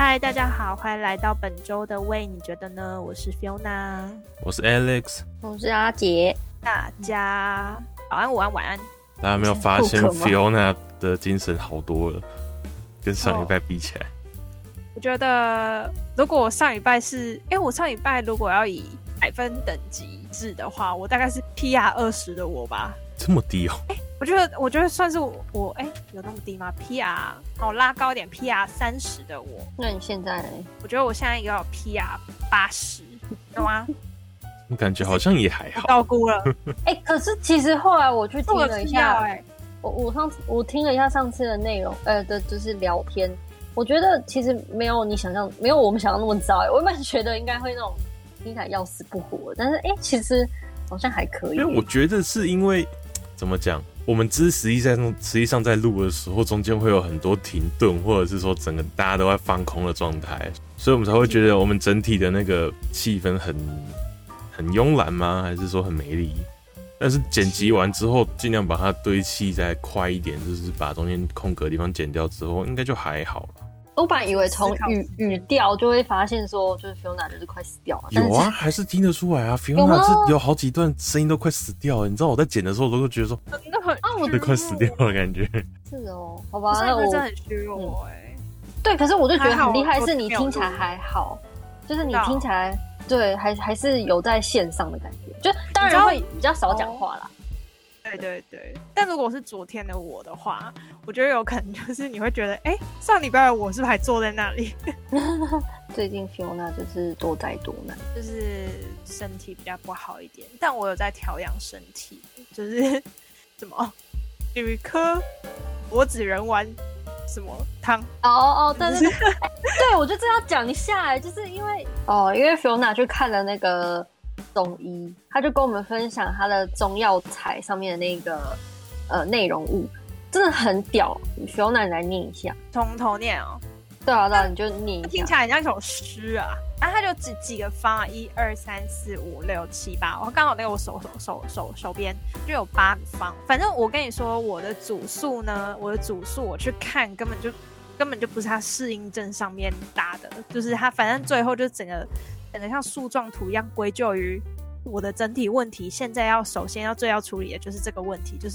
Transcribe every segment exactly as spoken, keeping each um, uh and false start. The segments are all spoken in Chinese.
嗨，大家好，欢迎来到本周的喂，你觉得呢？我是 Fiona， 我是 Alex， 我是阿杰。 大家早安、午安、晚安。 大家有没有发现 Fiona 的精神好多了，跟上礼拜比起来？ 哦、我觉得如果我上礼拜是，哎，我上礼拜如果要以百分等级制的话，我大概是 P R 二十的我吧。 这么低哦？ 哎，我觉得，我觉得算是我，我哎，有那么低吗 ？P R 好拉高一点 ，P R 三十的我。 那你现在呢？ 我觉得我现在要有 P R 八十，有吗？ 我感觉好像也还好， 高估了。 哎、欸，可是其实后来我去听了一下， 哎、欸， 我我上次我听了一下上次的内容，呃的就是聊天，我觉得其实没有你想象，没有我们想象那么糟。哎、欸，我原本觉得应该会那种听起来要死不活，但是哎、欸，其实好像还可以。 因为我觉得是因为怎么讲，我们只是实际上实际上在录的时候，中间会有很多停顿，或者是说整个大家都在放空的状态，所以我们才会觉得我们整体的那个气氛很。很慵懒吗？还是说很没力？但是剪辑完之后，尽量把它堆砌再快一点，就是把中间空格的地方剪掉之后，应该就还好了。 我本来以为从语语调就会发现说，就是 Fiona 就是快死掉了。 有啊，还是听得出来啊。Fiona 是有好几段声音都快死掉了。你知道我在剪的时候，我都会觉得说， 真的很啊， 我都快死掉了感觉。 是哦，好吧， 那我真的很虚弱哎。 对，可是我就觉得很厉害，是你听起来还好，就是你听起来。对，还还是有在线上的感觉，就当然会比较少讲话啦。 对对对，但如果是昨天的我的话，我觉得有可能就是你会觉得，哎，上礼拜的我是不是还坐在那里？ 最近 Fiona 就是多灾多难， 就是身体比较不好一点，但我有在调养身体，就是什么女科脖子仁丸。什么汤？ 哦哦，对对对，对我就这样讲一下，就是因为哦，因为 Fiona 去看了那个中医，他就跟我们分享他的中药材上面的那个呃内容物，真的很屌。Fiona 你来念一下， 从头念哦。 对啊，对啊，你就念一下。 听起来很像一首诗啊。然后他就几几个方啊，一二三四五六七八，我刚好那个我手手手手手边就有八个方。反正我跟你说，我的组数呢，我的组数我去看根本就根本就不是他适应症上面打的，就是他反正最后就整个整个像树状图一样归咎于我的整体问题。现在要首先要最要处理的就是这个问题，就是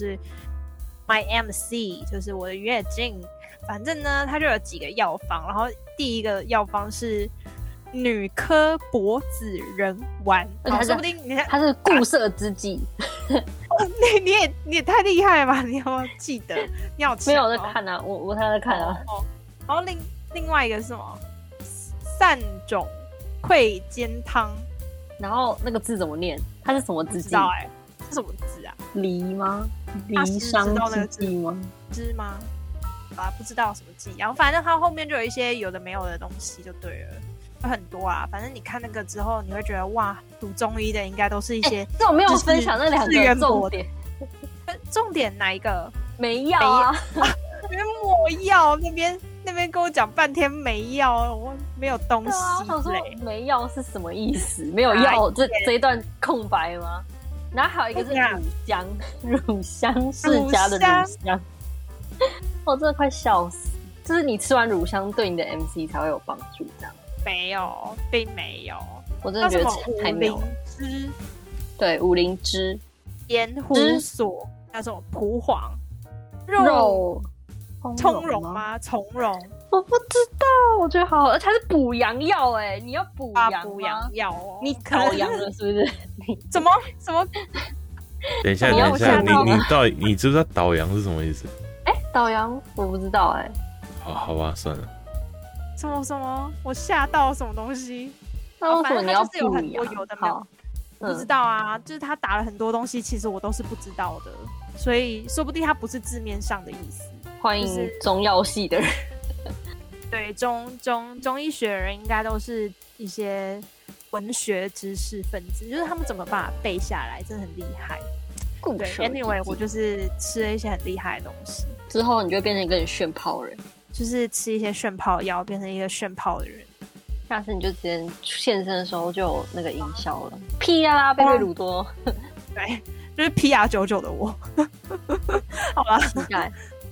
my M C， 就是我的月经。反正呢，它就有几个药方，然后第一个药方是女科脖子仁丸，哦、说不定你它是固摄之剂。 你你也你也太厉害了吧！你有没有记得？你好、哦， 没有在看啊，我我还在看啊。 哦，然后另另外一个是什么？散肿溃坚汤。 然后那个字怎么念？它是什么字？ 不知道哎、欸，是什么字啊？ 离吗？离伤之剂吗？ 知吗？啊，不知道什么剂，然后反正它后面就有一些有的没有的东西，就对了，有很多啊。反正你看那个之后，你会觉得哇，读中医的应该都是一些、欸。 这我没有分享那两个重点， 重点哪一个？ 没药啊， 那边抹药，那边那边跟我讲半天没药，我没有东西。对啊，我想说没药是什么意思？没有药，这这一段空白吗？然后还有一个是乳香，乳香世家的乳香。我真的快笑死！就是你吃完乳香对你的 M C 才会有帮助，这样？ 没有，并没有。 我真的觉得太妙了。 枝， 对，五灵芝、 盐胡索，还有什么蒲黄、 肉、 葱蓉吗？葱蓉， 我不知道。我觉得好好，而且它是补阳药哎，你要补阳补阳药哦？ 你倒阳了是不是？ 怎么什么？ 等一下，等一下，你你到底你知不知道倒阳是什么意思？ 哎、欸，倒阳我不知道哎、欸。 好好吧，算了。 什么什么？我吓到什么东西？ 那为什么你要补阳？有很多有的没有，不知道啊。就是他打了很多东西，其实我都是不知道的，所以说不定他不是字面上的意思。 欢迎中药系的人。 对，中中中医学的人应该都是一些文学知识分子，就是他们怎么把它背下来，真的很厉害。对 ，anyway， 我就是吃了一些很厉害的东西， 之后你就变成一个很炫炮人， 就是吃一些炫炮药，变成一个炫炮的人。 下次你就直接现身的时候就有那个音效了，屁呀啦，贝贝鲁多， 对，就是 P R 九十九 的我。好啦， 期待。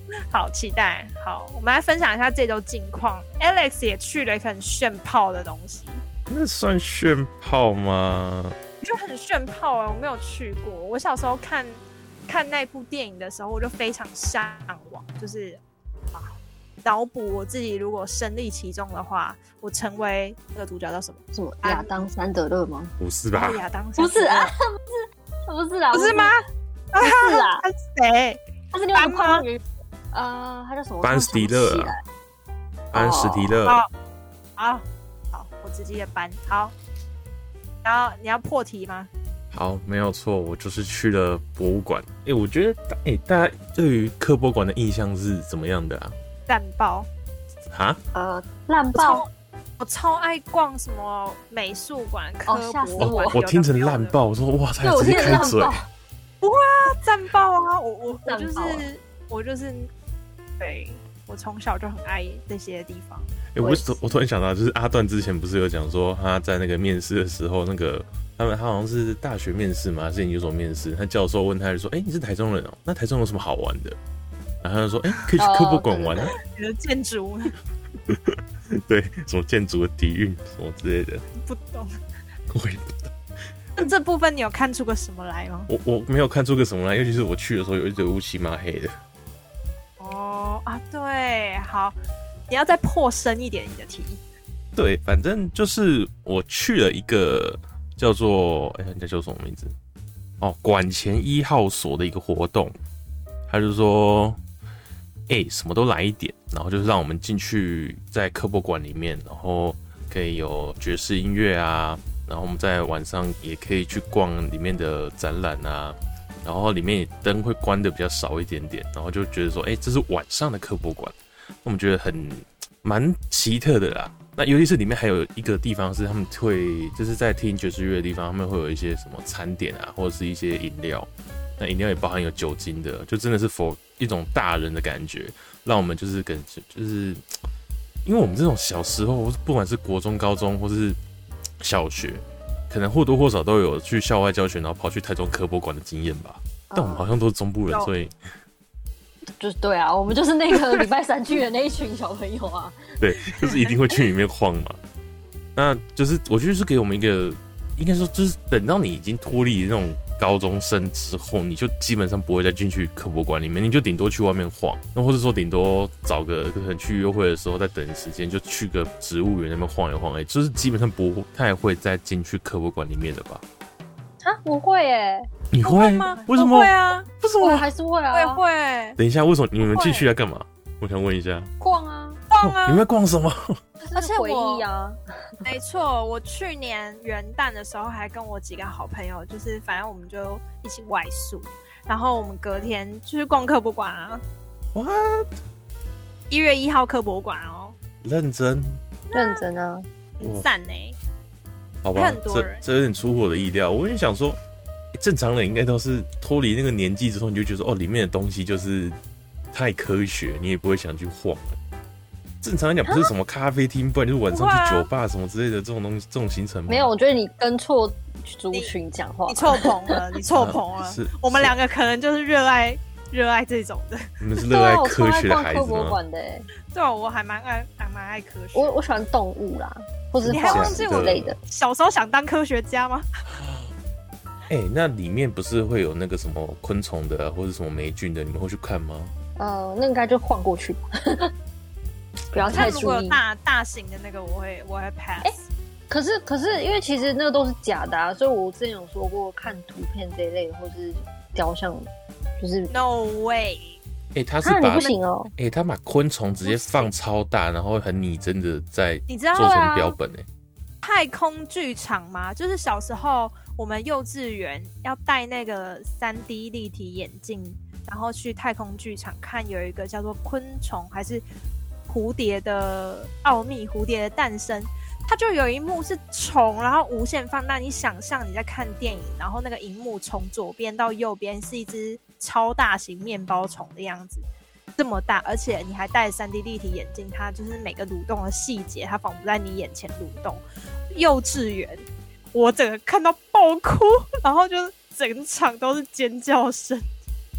好期待。好，我们来分享一下这周近况。Alex 也去了一个很炫炮的东西， 那算炫炮吗？ 就很炫炮啊！我没有去过。我小时候看看那部电影的时候，我就非常向往，就是啊，脑补我自己如果身历其中的话，我成为那个主角叫什么？ 什么亚当·山德勒吗？ 不是吧？ 亚当不是啊，不是，不是啊， 不是吗？ 不是啊， 他是谁？ 他是另外一个胖胖圆啊，他叫什么？ 班斯迪勒啊，班斯迪勒。 好，好，好，我直接搬。好，然后你要破题吗？ 好，没有错，我就是去了博物馆。哎、欸，我觉得，哎、欸，大家对于科博馆的印象是怎么样的啊？ 烂爆！ 哈？ 呃，烂爆！ 我超爱逛什么美术馆、科博馆、 哦，我听成烂爆，我说哇塞，直接开嘴。 不会啊，烂爆啊！我我我就是我就是对。我从小就很爱这些地方。 哎、欸，我我突然想到，就是阿段之前不是有讲说他在那个面试的时候，那个他们他好像是大学面试嘛，还是研究所面试？他教授问他就说：“哎、欸，你是台中人哦、喔？那台中有什么好玩的？”然后他就说：“哎、欸，可以去科博馆玩啊。” 你的建筑， 对，什么建筑的底蕴什么之类的， 不懂， 我也不懂。 那这部分你有看出个什么来吗？ 我我没有看出个什么来，尤其是我去的时候有一堆乌漆麻黑的。 哦啊，对，好，你要再破深一点你的题。 对，反正就是我去了一个叫做哎，人家叫什么名字？哦，馆前一号所的一个活动，他就说，哎、欸，什么都来一点，然后就是让我们进去在科博馆里面，然后可以有爵士音乐啊，然后我们在晚上也可以去逛里面的展览啊。然后里面灯会关的比较少一点点，然后就觉得说，哎、欸，这是晚上的科博馆，我们觉得很蛮奇特的啦。那尤其是里面还有一个地方是他们会就是在听爵士乐的地方，他们会有一些什么餐点啊，或者是一些饮料。那饮料也包含有酒精的，就真的是 for 一种大人的感觉，让我们就是跟就是因为我们这种小时候，不管是国中、高中或是小学。可能或多或少都有去校外教学，然后跑去台中科博馆的经验吧。但我们好像都是中部人，所以就是对啊，我们就是那个礼拜三去的那一群小朋友啊。 对，就是一定会去里面晃嘛。那就是我觉得是给我们一个，应该说就是等到你已经脱离那种高中生之后，你就基本上不会再进去科博馆里面，你就顶多去外面晃，那或者说顶多找个可能去约会的时候再等时间，就去个植物园那边晃一晃，哎，就是基本上不太会再进去科博馆里面的吧？ 啊，不会耶， 你会吗？ 为什么？ 会啊， 为什么我还是会啊？ 我也会。 等一下，为什么你们进去来干嘛？我想问一下。 逛啊， 逛啊！ 哦、你们在逛什么？ 而且回忆啊， 没错，我去年元旦的时候还跟我几个好朋友，就是反正我们就一起外宿，然后我们隔天就去逛科博馆啊。 What？ 一月一号科博馆哦。 认真？ 认真啊， 很赞呢、欸。 好吧，这这有点出乎我的意料。我也想说，欸、正常人应该都是脱离那个年纪之后，你就觉得说，哦，里面的东西就是太科学，你也不会想去晃。正常来讲，不是什么咖啡厅，不然就是晚上去酒吧什么之类的这种东西，这种行程吗？ 没有，我觉得你跟错族群讲话， 你错棚了，你错棚了。 是， 我们两个可能就是热爱热爱这种的。 你们是热爱科学的孩子吗？ 科博馆的、欸， 对啊，我还蛮爱，还蛮爱科学。 我我喜欢动物啦，或是化石之类的。 小时候想当科学家吗？ 哎、欸，那里面不是会有那个什么昆虫的，或者什么霉菌的，你们会去看吗？ 呃，那应该就晃过去吧。不要太注意。 如果有大大型的那个，我会我会 pass。 欸、可是可是因为其实那个都是假的啊，所以我之前有说过，看图片这一类的或是雕像，就是 no way。 哎、欸，他是把、 啊、你不行哦。 哎、欸，他把昆虫直接放超大，然后很拟真的在你知道做成标本哎、欸。 太空剧场吗？就是小时候我们幼稚园要戴那个三 D 立体眼镜，然后去太空剧场看有一个叫做昆虫还是蝴蝶的奥秘，蝴蝶的诞生。它就有一幕是虫，然后无限放大，你想象你在看电影，然后那个荧幕从左边到右边是一只超大型面包虫的样子，这么大，而且你还戴 三 D 立体眼镜，它就是每个蠕动的细节，它仿佛在你眼前蠕动。幼稚园，我整个看到爆哭，然后就整场都是尖叫声。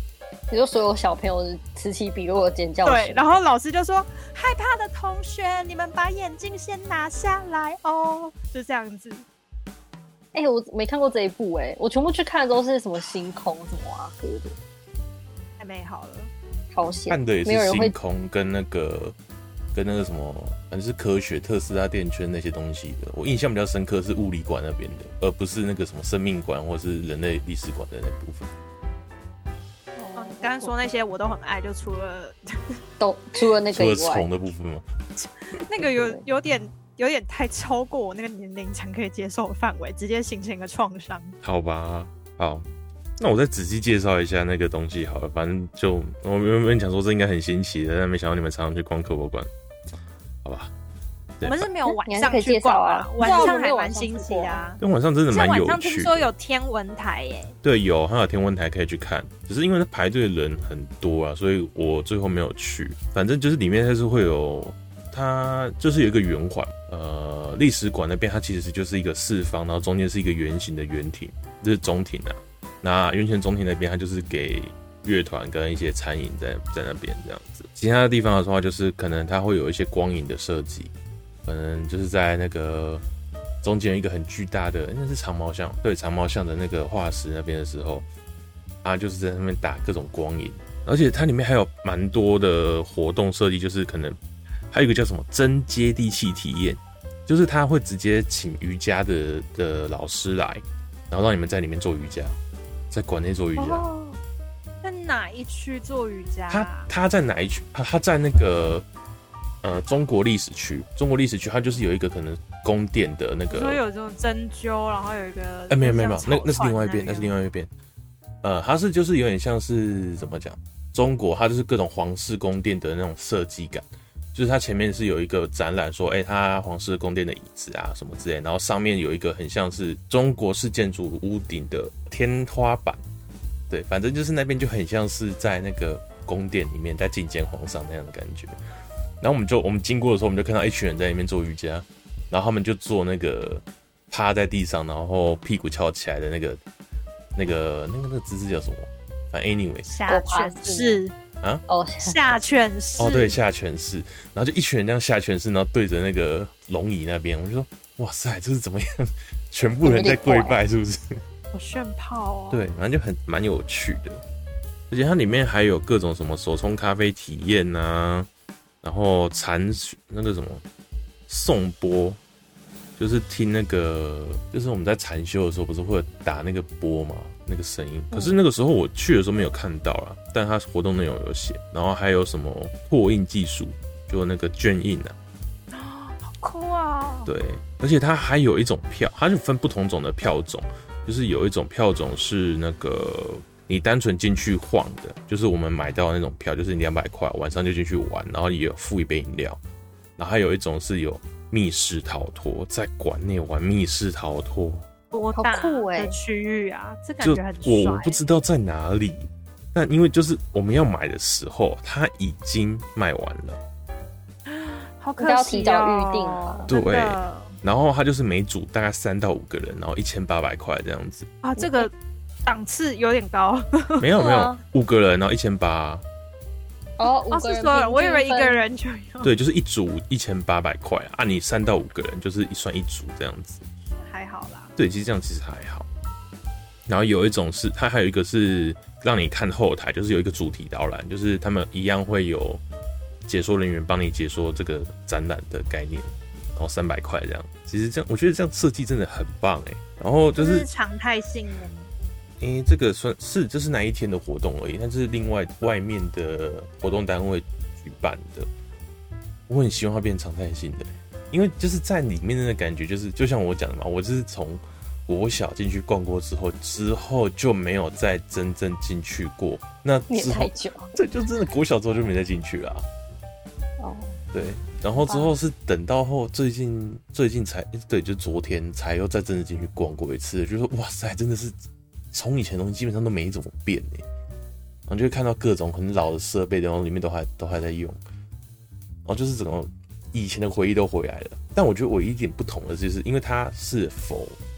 你说所有小朋友此起彼落的尖叫声， 对，然后老师就说：“害怕的同学，你们把眼镜先拿下来哦。”就这样子。 哎、欸，我没看过这一部哎、欸，我全部去看的都是什么星空什么啊歌的， 太美好了， 好险。 看的也是星空跟那个跟那个什么，反正是科学特斯拉电圈那些东西的。我印象比较深刻是物理馆那边的，而不是那个什么生命馆或是人类历史馆的那部分。 哦，你刚刚说那些我都很爱，就除了都除了那个以外， 除了虫的部分吗？ 那个有有点。有点太超过我那个年龄层可以接受的范围，直接形成一个创伤。 好吧，好，那我再仔细介绍一下那个东西好了。反正就我原本想说这应该很新奇的，但没想到你们常常去逛科博馆，好吧？ 我们是没有晚上去逛啊，晚上还蛮新奇的啊。 但晚上真的蛮有趣的。 晚上听说有天文台耶、欸， 对，有，还有天文台可以去看。只是因为排队的人很多啊，所以我最后没有去。反正就是里面它是会有。它就是有一个圆环，呃，历史馆那边它其实就是一个四方，然后中间是一个圆形的圆亭，这是中庭啊。那圆形中庭那边它就是给乐团跟一些餐饮在在那边这样子。其他的地方的话，就是可能它会有一些光影的设计，可能就是在那个中间有一个很巨大的，那是长毛象，对，长毛象的那个化石那边的时候，它就是在那边打各种光影，而且它里面还有蛮多的活动设计，就是可能。还有一个叫什么真接地气体验，就是他会直接请瑜伽的的老师来，然后让你们在里面做瑜伽，在馆内做瑜伽。 哦，在哪一区做瑜伽、啊？ 他他在哪一区？他他在那个呃中国历史区，中国历史区，它就是有一个可能宫殿的那个， 所以有这种针灸，然后有一个， 哎、欸，没有没有没有，那那是另外一边，那是另外一边。呃，它是就是有点像是怎么讲？中国它就是各种皇室宫殿的那种设计感。就是它前面是有一个展览，说，哎、欸，它皇室宫殿的椅子啊什么之类，然后上面有一个很像是中国式建筑屋顶的天花板，对，反正就是那边就很像是在那个宫殿里面在觐见皇上那样的感觉。然后我们就我们经过的时候，我们就看到一群人在里面做瑜伽，然后他们就做那个趴在地上，然后屁股翘起来的那个那个那个那个姿势叫什么？反正 anyway， 下犬式。 啊哦， 下犬式哦，对，下犬式，然后就一群人这样下犬式，然后对着那个龙椅那边，我就说，哇塞，这是怎么样？全部人在跪拜，是不是？ 好炫炮哦！ 对，反正就很蛮有趣的，而且它里面还有各种什么手冲咖啡体验啊，然后禅那个什么颂钵，就是听那个，就是我们在禅修的时候，不是会打那个钵吗？那个声音，可是那个时候我去的时候没有看到啦，但它活动内容有写，然后还有什么拓印技术，就那个卷印啊，好酷啊！ 对，而且它还有一种票，它就分不同种的票种，就是有一种票种是那个你单纯进去晃的，就是我们买到的那种票，就是两百块，晚上就进去玩，然后也有付一杯饮料，然后还有一种是有密室逃脱，在馆内玩密室逃脱。 多大的区域啊？这感觉很帅、 欸。我不知道在哪里，但因为就是我们要买的时候，它已经卖完了， 好可惜、哦， 要提早预定了。 对，然后它就是每组大概三到五个人，然后一千八百块这样子。 啊，这个档次有点高。 没有没有，五个人然后一千八。 哦，五个人、哦， 我以为一个人就有。 对，就是一组一千八百块啊，你三到五个人就是一算一组这样子。 还好啦。 对，其实这样其实还好。然后有一种是，它还有一个是让你看后台，就是有一个主题导览，就是他们一样会有解说人员帮你解说这个展览的概念，然后三百块这样。其实这样，我觉得这样设计真的很棒哎。然后就是、 是常态性的吗？ 诶、欸，这个算是这是哪一天的活动而已，但是另外外面的活动单位举办的，我很希望它变常态性的。因为就是在里面的感觉，就是就像我讲的嘛，我就是从国小进去逛过之后，之后就没有再真正进去过。那之后也太久， 这就真的国小之后就没再进去了、啊。 哦， 对，然后之后是等到后最近最近才对，就昨天才又再真的进去逛过一次，就说哇塞，真的是从以前的东西基本上都没怎么变哎，然后就会看到各种很老的设备，然后里面都还都还在用，然后就是整个以前的回忆都回来了。但我觉得唯一一点不同的就是，因为它是否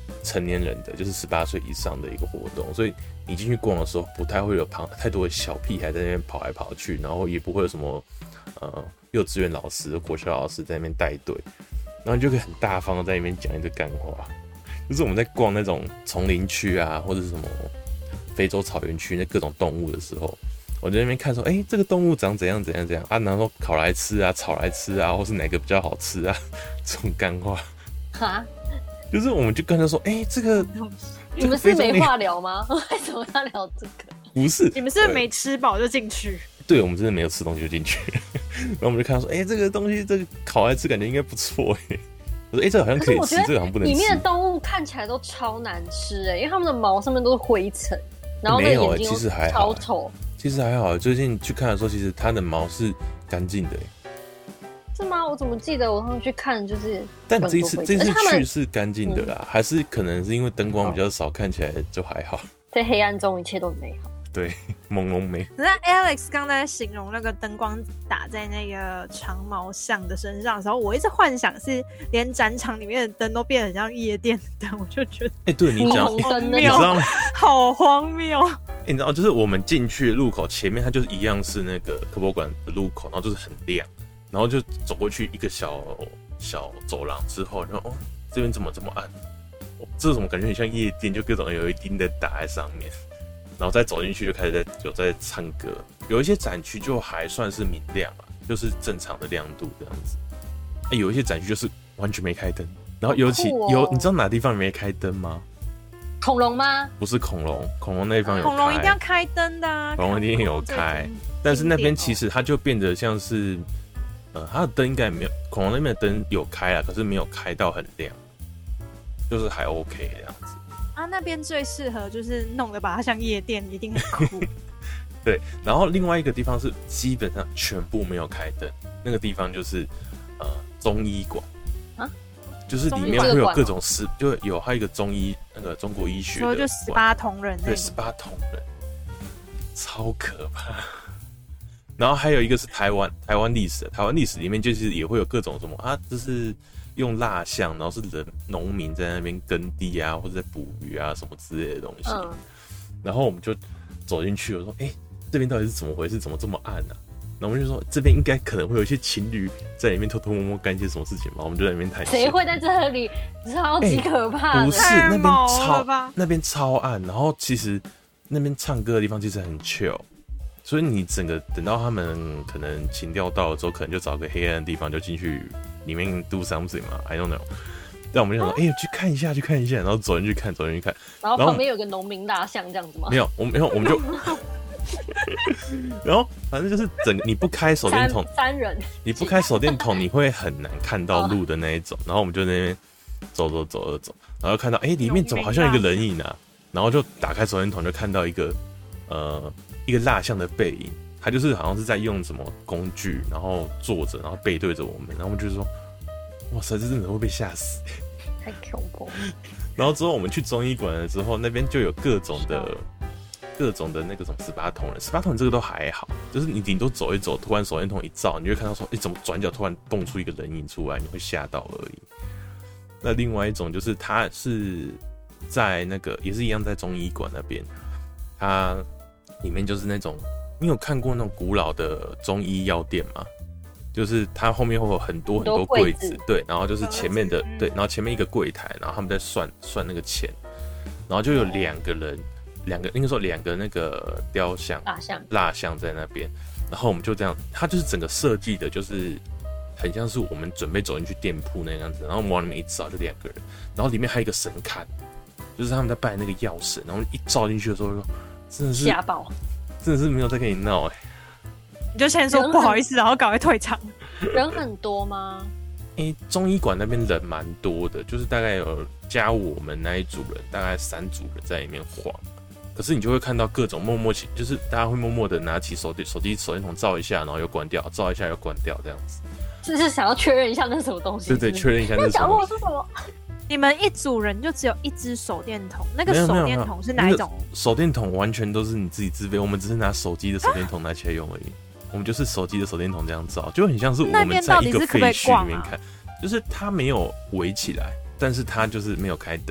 成年人的，就是十八岁以上的一个活动，所以你进去逛的时候，不太会有旁太多的小屁孩在那边跑来跑去，然后也不会有什么呃幼稚园老师、国小老师在那边带队，然后你就可以很大方的在那边讲一堆干话。就是我们在逛那种丛林区啊，或者是什么非洲草原区那各种动物的时候，我在那边看说，哎、欸，这个动物长怎样怎样怎样啊，然后烤来吃啊，炒来吃啊，或是哪个比较好吃啊，这种干话。哈，就是我们就跟他说，哎、欸，这个你们是没话聊吗？为什么要聊这个？ 不是， 你们是不是没吃饱就进去？ 对，我们真的没有吃东西就进去，然后我们就看到说，哎、欸，这个东西这个烤来吃感觉应该不错哎、欸。我说，哎、欸，这个好像可以吃，这个好像不能吃。 里面的动物看起来都超难吃哎、欸，因为它们的毛上面都是灰尘，然后那没有、欸， 眼睛其实还超丑。 其实还好，最近去看的时候，其实它的毛是干净的、欸。 是吗？我怎么记得我上次去看就是？ 但这一次这次去是干净的啦、嗯，还是可能是因为灯光比较少，哦、看起来就还好。 在黑暗中，一切都美好。 对，朦胧美。 那 Alex 刚才在形容那个灯光打在那个长毛象的身上的时候，我一直幻想是连展场里面的灯都变得很像夜店灯，我就觉得， 哎、欸，对你讲， 你知道吗？ 好荒谬！ 哎、欸，你知道，就是我们进去的入口前面，它就是一样是那个科博馆的入口，然后就是很亮，然后就走过去一个小小走廊之后，然后哦，这边怎么这么暗？哦、这怎么感觉很像夜店？就各种有一钉的打在上面。然后再走进去就开始在有在唱歌，有一些展区就还算是明亮啊，就是正常的亮度这样子。欸、有一些展区就是完全没开灯，然后尤其、哦、有你知道哪地方没开灯吗？ 恐龙吗？ 不是恐龙，恐龙那地方有开。 恐龙一定要开灯的、啊， 恐龙一定有开，但是那边其实它就变得像是，呃，它的灯应该没有，恐龍那边的燈有開啦，可是沒有開到很亮，就是還 OK 這樣子。 啊，那邊最適合就是弄得把它像夜店，一定很酷。 对，然後另外一個地方是基本上全部沒有開燈，那個地方就是呃中醫館啊，就是裡面會有各種十，就有還有一個中醫那個中國醫學的館， 就十八銅人， 對，十八銅人，超可怕。然後還有一個是台灣台灣歷史，台灣歷史裡面就是也會有各種什麼啊，就是用蠟像，然後是人農民在那邊耕地啊，或者在捕魚啊什麼之類的東西。嗯、然後我們就走進去，我說：“哎、欸，這邊到底是怎麼回事？怎麼這麼暗啊？”然後我們就說：“這邊應該可能會有一些情侶在裡面偷偷摸摸幹一些什麼事情嘛。”我們就在那邊談。 誰會在這裡？超級可怕的！ 欸、不是，那邊超那邊超暗，然後其實那邊唱歌的地方其實很 chill。所以你整個等到他們可能情調到了之後，可能就找個黑暗的地方就進去裡面 do something 嘛 ，I don't know。但我們就想說，哎、欸，去看一下，去看一下，然後走進去看，走進去看。 然後旁邊有個農民大象這樣子嗎？ 沒有，我沒有，我們就，然後反正就是整個你不開手電筒， 三人， 你不開手電筒，你會很難看到路的那一種。然後我們就在那邊走走走走走，然後看到哎、欸，裡面怎麼好像一個人影啊？然後就打開手電筒，就看到一個呃。一個蠟像的背影，他就是好像是在用什麼工具，然後坐着，然後背對着我們，然後我們就說：“哇塞，這真的會被嚇死！” 太恐怖。 然後之後我們去中醫館了之後，那邊就有各種的、各種的那個什麼十八銅人，十八銅人這個都還好，就是你頂多走一走，突然手電筒一照，你就會看到說：“哎、欸，怎麼轉角突然蹦出一個人影出來？”你會嚇到而已。那另外一種就是他是在那個也是一樣在中醫館那邊，他。裡面就是那種，你有看過那種古老的中醫藥店嗎？就是它後面會有很多很多櫃子，對，然後就是前面的，對，然後前面一個櫃檯，然後他們在算算那個錢，然後就有兩個人，兩個應該說兩個那個雕像，蠟像，蠟像在那邊，然後我們就這樣，它就是整個設計的，就是很像是我們準備走進去店鋪那樣子，然後我們往裡面一照就兩個人，然後裡面還有一個神龕，就是他們在拜那個藥神，然後一照進去的時候就說。真的是嚇爆， 真的是沒有在跟你鬧哎、欸！ 你就先說不好意思，然後趕快退場。 人很多嗎？ 哎、欸，中醫館那邊人蠻多的，就是大概有加我們那一組人，大概三組人在裡面晃。可是你就會看到各種默默起，就是大家會默默的拿起手手機手電筒照一下，然後又關掉，照一下又關掉，這樣子。 就是想要確認一下那是什麼東西是不是？ 對對，確認一下那是什麼東西。 是什麼？ 你們一組人就只有一支手電筒，那個手電筒是哪一種？ 那個、手電筒完全都是你自己自備，我們只是拿手機的手電筒拿起來用而已。我們就是手機的手電筒這樣照，就很像是我們在一個廢墟裡面看，就是它沒有圍起來，但是它就是沒有開燈，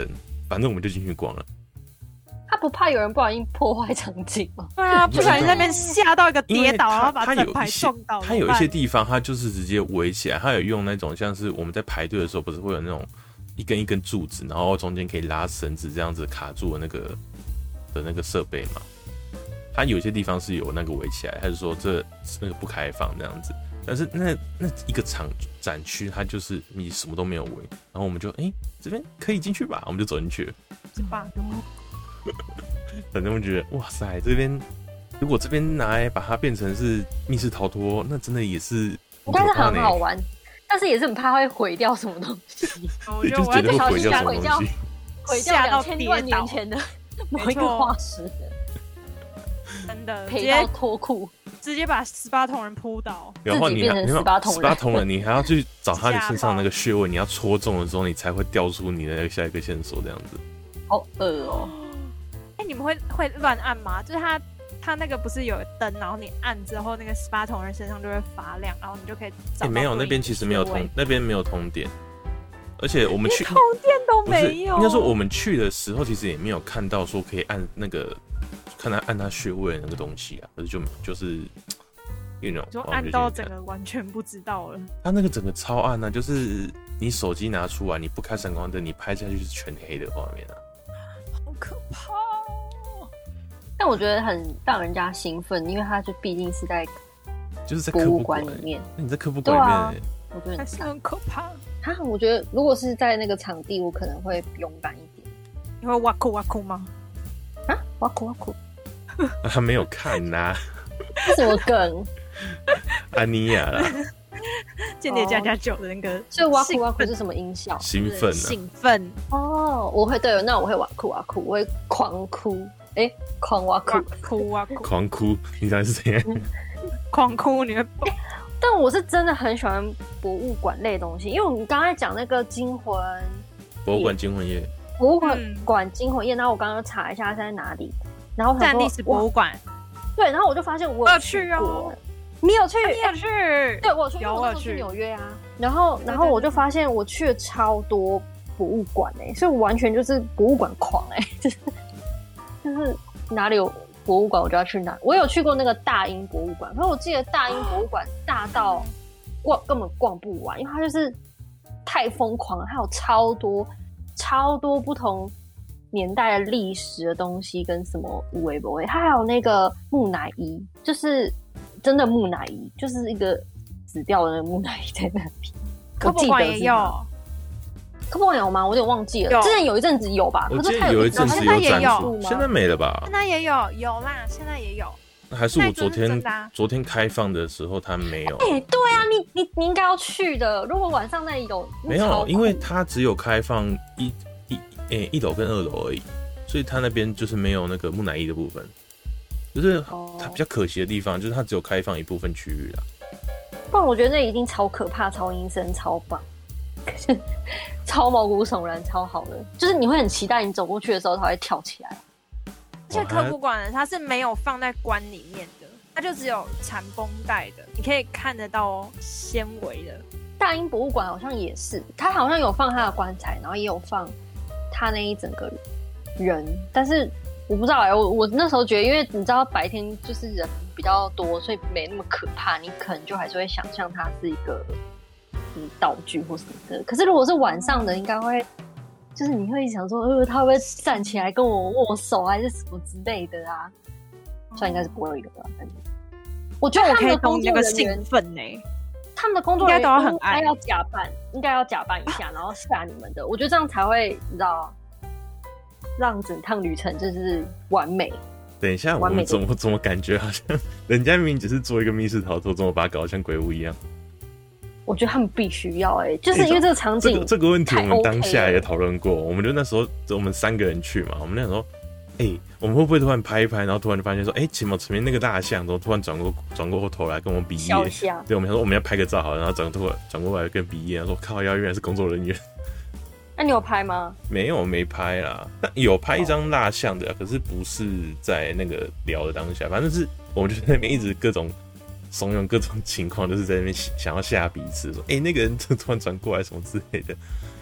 反正我们就进去逛了。 他不怕有人不小心破坏场景吗？ 对啊，不小心在那边吓到一个跌倒，然后把它整排撞到。 它有一些地方，它就是直接围起来，它有用那种像是我们在排队的时候，不是会有那种一根一根柱子，然后中间可以拉绳子这样子卡住的那个的那个设备嘛。它有些地方是有那个围起来，它就说这那个不开放这样子。但是那那一个场展区，它就是你什么都没有围，然后我们就哎、欸、这边可以进去吧，我们就走进去了。 是吧？ 反正我觉得哇塞，这边如果这边拿来把它变成是密室逃脱，那真的也是应该是很好玩，但是也是很怕会毁掉什么东西。 我觉得我要会毁掉什么东西， 毁掉两千万年前的某一个化石， 真的赔到脱裤， 直接把十八铜人扑倒。 然后你变成十八铜人， 十八铜人，你还要去找他的身上那个穴位，你要戳中的时候，你才会调出你的那个下一个线索，这样子。 好恶哦！ 哎、欸，你们会会乱按吗？就是他他那个不是有灯，然后你按之后，那个十八铜人身上就会发亮，然后你就可以找到。哎、欸， 没有，那边其实没有通，那边没有通电，而且我们去通电都没有。 应该说我们去的时候，其实也没有看到说可以按那个看他按他穴位的那个东西啊，可是就就是那种就按到整个完全不知道了。 他那个整个超暗啊，就是你手机拿出来，你不开闪光灯，你拍下去是全黑的画面啊。 好可怕哦！ 但我觉得很让人家兴奋，因为它就毕竟是在就是在博物馆里面。 那你在科普馆里面、欸啊， 我觉得还是很可怕。 哈，我觉得如果是在那个场地，我可能会勇敢一点。 你会挖哭挖哭吗？ 啊，挖哭挖哭！ 他没有看呐、啊， 什么梗？ 安妮亚啦， 间谍加加酒的那个， 所以挖哭挖哭是什么音效？ 兴奋、啊， 兴奋哦！我会对，那我会挖哭挖哭，我会狂哭，哎、欸，狂挖哭， 哭挖哭， 狂哭，你到底是怎样？ 狂哭，你会、欸？ 但我是真的很喜欢博物馆类的东西，因为你刚才讲那个惊魂， 博物馆惊魂夜， 博物馆惊魂夜，然后我刚刚查一下它在哪里，然后我想说在历史博物馆。 对，然后我就发现我有去哦， 你有去？ 你有去？ 对，我有去，因为我那时候去纽约啊。然后，然后我就发现我去了超多博物馆哎、欸，所以我完全就是博物馆狂哎、欸，就是就是哪里有博物馆我就要去哪。我有去过那个大英博物馆，可是我记得大英博物馆大到逛根本逛不完，因为它就是太疯狂了，它有超多超多不同年代的历史的东西跟什么无为不为，它还有那个木乃伊，就是真的木乃伊，就是一个死掉的那个木乃伊在那里。 科博馆也有， 科博馆有吗？我有点忘记了。之前有一阵子有吧， 我记得有一阵子有展出， 现在没了吧？ 现在也有，有啦，现在也有。 还是我昨天昨天开放的时候它没有？ 哎、欸，对啊，你你你应该要去的。如果晚上那里有， 没有，因为它只有开放一。诶、欸，一楼跟二楼而已，所以它那边就是没有那个木乃伊的部分，就是它比较可惜的地方，就是它只有开放一部分区域啦。 不然我觉得那一定超可怕、超阴森、超棒，超毛骨悚然、超好的，就是你会很期待你走过去的时候它会跳起来。 而且科普馆呢，它是没有放在棺里面的，它就只有缠绷带的，你可以看得到纤维的。 大英博物馆好像也是，它好像有放它的棺材，然后也有放他那一整个人，但是我不知道哎、欸，我我那时候觉得，因为你知道白天就是人比较多，所以没那么可怕，你可能就还是会想象它是一个嗯道具或什么的。可是如果是晚上的，应该会就是你会想说，呃，他会不会站起来跟我握手还是什么之类的啊？所以应该是不会有的。我觉得他们的工作人员兴奋呢、欸。 他们的工作人员应该都很爱， 应该要假扮，应该要假扮一下，然后吓你们的。我觉得这样才会，你知道，让整趟旅程就是完美。 等一下，我们怎么怎么感觉好像人家明明只是做一个密室逃脱，怎么把它搞得像鬼屋一样？ 我觉得他们必须要哎、欸，就是因为这个场景、 欸这个。这个问题我们当下也讨论过，我们就那时候我们三个人去嘛，我们那时候。哎、欸，我们会不会突然拍一拍，然后突然就发现说，哎、欸，前面前面那个大象，然后突然转过转过头来跟我们比耶？对，我们想说我们要拍个照好了，然后转过转过来跟比耶，然后说靠，原来是工作人员。 那、啊、你有拍吗？ 没有，没拍啦。但有拍一张蜡像的，可是不是在那个聊的当下，反正是我们就在那边一直各种怂恿各种情况，就是在那边想要吓彼此，说，哎、欸，那个人突然转过来什么之类的。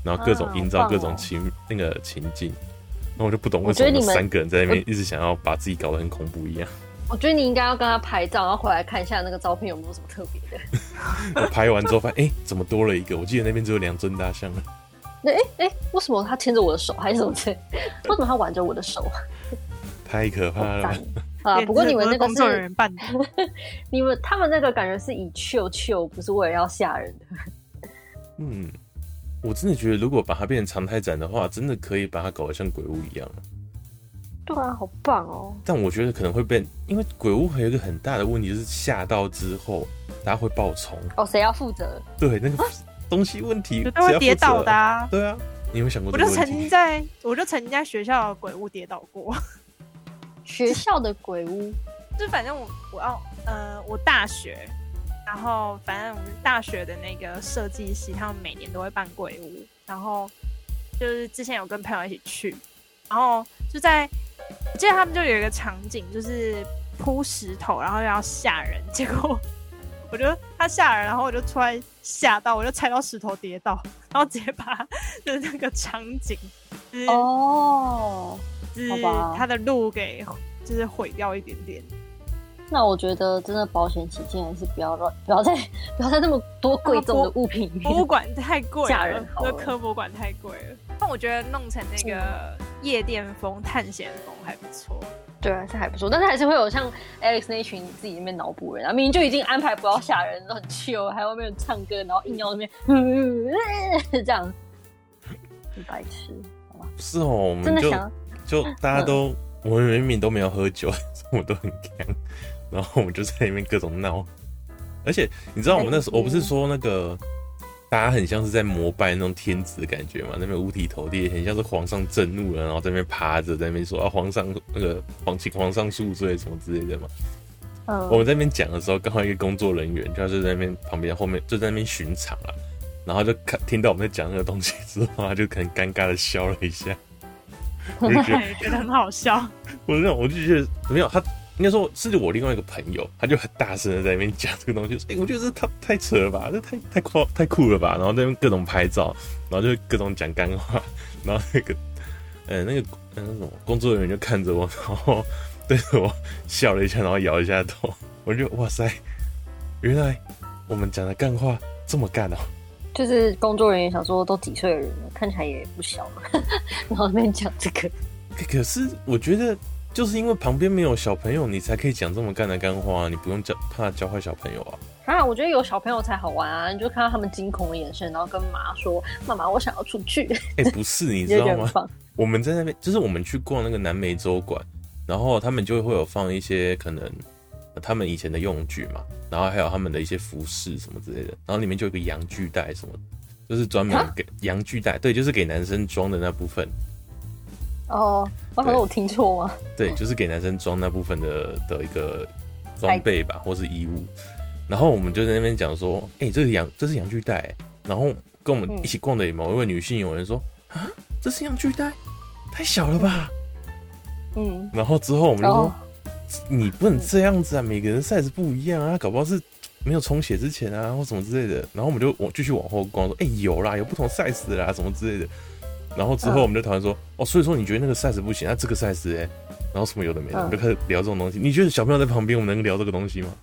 然后各种营造各种情、啊哦、那个情境。那我就不懂为什么我们三个人在那边一直想要把自己搞得很恐怖一样。 我觉得你应该要跟他拍照，然后回来看一下那个照片有没有什么特别的。我拍完之后发现，哎、欸，怎么多了一个？我记得那边只有两尊大象了。 哎哎、欸欸，为什么他牵着我的手还是什么之类？为什么他挽着我的手？ 太可怕了。 啊！不过你们那个工作人员办的， 你们他们那个感觉是以chill chill，不是为了要吓人的。 嗯，我真的觉得如果把它变成常态展的话，真的可以把它搞得像鬼屋一样。 对啊，好棒哦！ 但我觉得可能会被，因为鬼屋还有一个很大的问题，就是吓到之后大家会爆冲。 哦，谁要负责？ 对，那个东西问题， 绝对会跌倒的啊！ 对啊，你有没有想过这个问题？ 我就曾经在，我就曾经在学校的鬼屋跌倒过。 学校的鬼屋， 就反正我我要呃，我大学，然后反正我们大学的那个设计系，他们每年都会办鬼屋，然后就是之前有跟朋友一起去，然后就在。我记得他们就有一个场景，就是铺石头，然后要吓人。结果我就他吓人，然后我就突然吓到，我就踩到石头跌倒，然后直接把就是那个场景，就是、 哦， 就是他的路给就是毁掉一点点。 那我觉得真的保险起见，还是不要乱，不要再不要再那么多贵重的物品。 博物馆太贵了， 吓人好了。 那科博馆太贵了。但我觉得弄成那个夜店风、探险风还不错。 对啊，这还不错，但是还是会有像 Alex 那一群自己那边脑补人啊，明明就已经安排不要吓人，很 chill， 还有外面唱歌，然后硬要那边这样，很白痴，好吧？ 是哦，我们就真的想就大家都、嗯、我们明明都没有喝酒，我们都很强，然后我们就在那边各种闹，而且你知道我们那时候，我不是说那个。大家很像是在膜拜那种天子的感觉嘛，那边五体投地，很像是皇上震怒了，然后在那边趴着，在那边说啊，皇上那个皇请皇上恕罪什么之类的嘛。嗯，我们在那边讲的时候，刚好一个工作人员就是在那边旁边后面就在那边巡场啊，然后就看听到我们在讲那个东西之后，他就很尴尬的笑了一下，我就觉得觉得很好笑。 我那我就觉得没有他。应该说是我另外一个朋友，他就很大声的在那边讲这个东西，哎、欸，我觉得这太太扯了吧，这太太酷太酷了吧，然后在那边各种拍照，然后就各种讲干话，然后那个呃那个呃那种工作人员就看着我，然后对着我笑了一下，然后摇一下头，我就哇塞，原来我们讲的干话这么干哦。 就是工作人员想说都几岁的人了，看起来也不小了，然后那边讲这个。 可是我觉得。就是因为旁边没有小朋友，你才可以讲这么干的干话、啊，你不用教怕教坏小朋友啊。 啊，我觉得有小朋友才好玩啊！你就看到他们惊恐的眼神，然后跟妈说：“妈妈，我想要出去。” 哎、欸，不是，你知道吗？我们在那边，就是我们去逛那个南美洲馆，然后他们就会有放一些可能他们以前的用具嘛，然后还有他们的一些服饰什么之类的，然后里面就有一个阳具袋什么，就是专门给阳具袋，对，就是给男生装的那部分。 哦，我好像我听错吗？ 对，就是给男生装那部分的的一个装备吧，或是衣物。然后我们就在那边讲说，哎、欸，这个阳这是阳具袋、欸。然后跟我们一起逛的某一位女性有人说，啊、嗯，这是阳具袋，太小了吧？嗯。然后之后我们就说，哦、你不能这样子啊，每个人 size 不一样啊，搞不好是没有充血之前啊，或什么之类的。然后我们就我继续往后逛，说，哎、欸，有啦，有不同 size 的啦，什么之类的。然后之后我们就讨论说、嗯，哦，所以说你觉得那个 size 不行，那、啊、这个 size 哎、欸，然后什么有的没的，嗯、我们就开始聊这种东西。你觉得小朋友在旁边，我们能聊这个东西吗？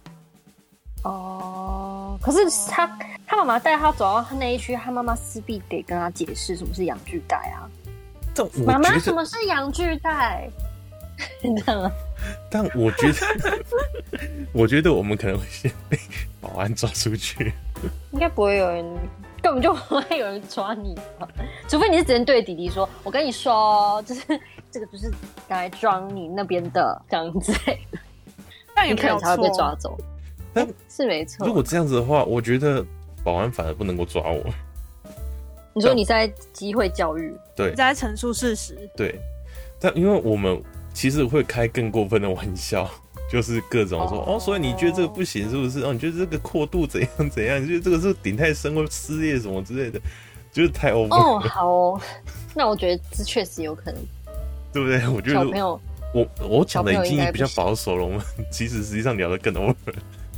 哦，可是他他妈妈带他走到他那一区，他妈妈势必得跟他解释什么是阳具袋啊。妈妈，什么是阳具袋？你知道吗？ 但我觉得，我觉得我们可能会先被保安抓出去。 应该不会有人。根本就不会有人抓你吧，除非你是直接对弟弟说：“我跟你说，就是这个就是拿来装你那边的这样子。” 但也你可能才会被抓走。但是没错。 如果这样子的话，我觉得保安反而不能够抓我。 你说你在机会教育， 对， 你在陈述事实， 对。但因为我们其实会开更过分的玩笑。就是各种说 哦, 哦，所以你觉得这个不行是不是？哦，你觉得这个阔度怎样怎样？你觉得这个是顶太深会撕裂什么之类的？就是太 over 了。 哦，好哦，那我觉得这确实有可能， 对不对？我觉得小朋友， 我我讲的已经比较保守了，我们其实实际上聊得更 over，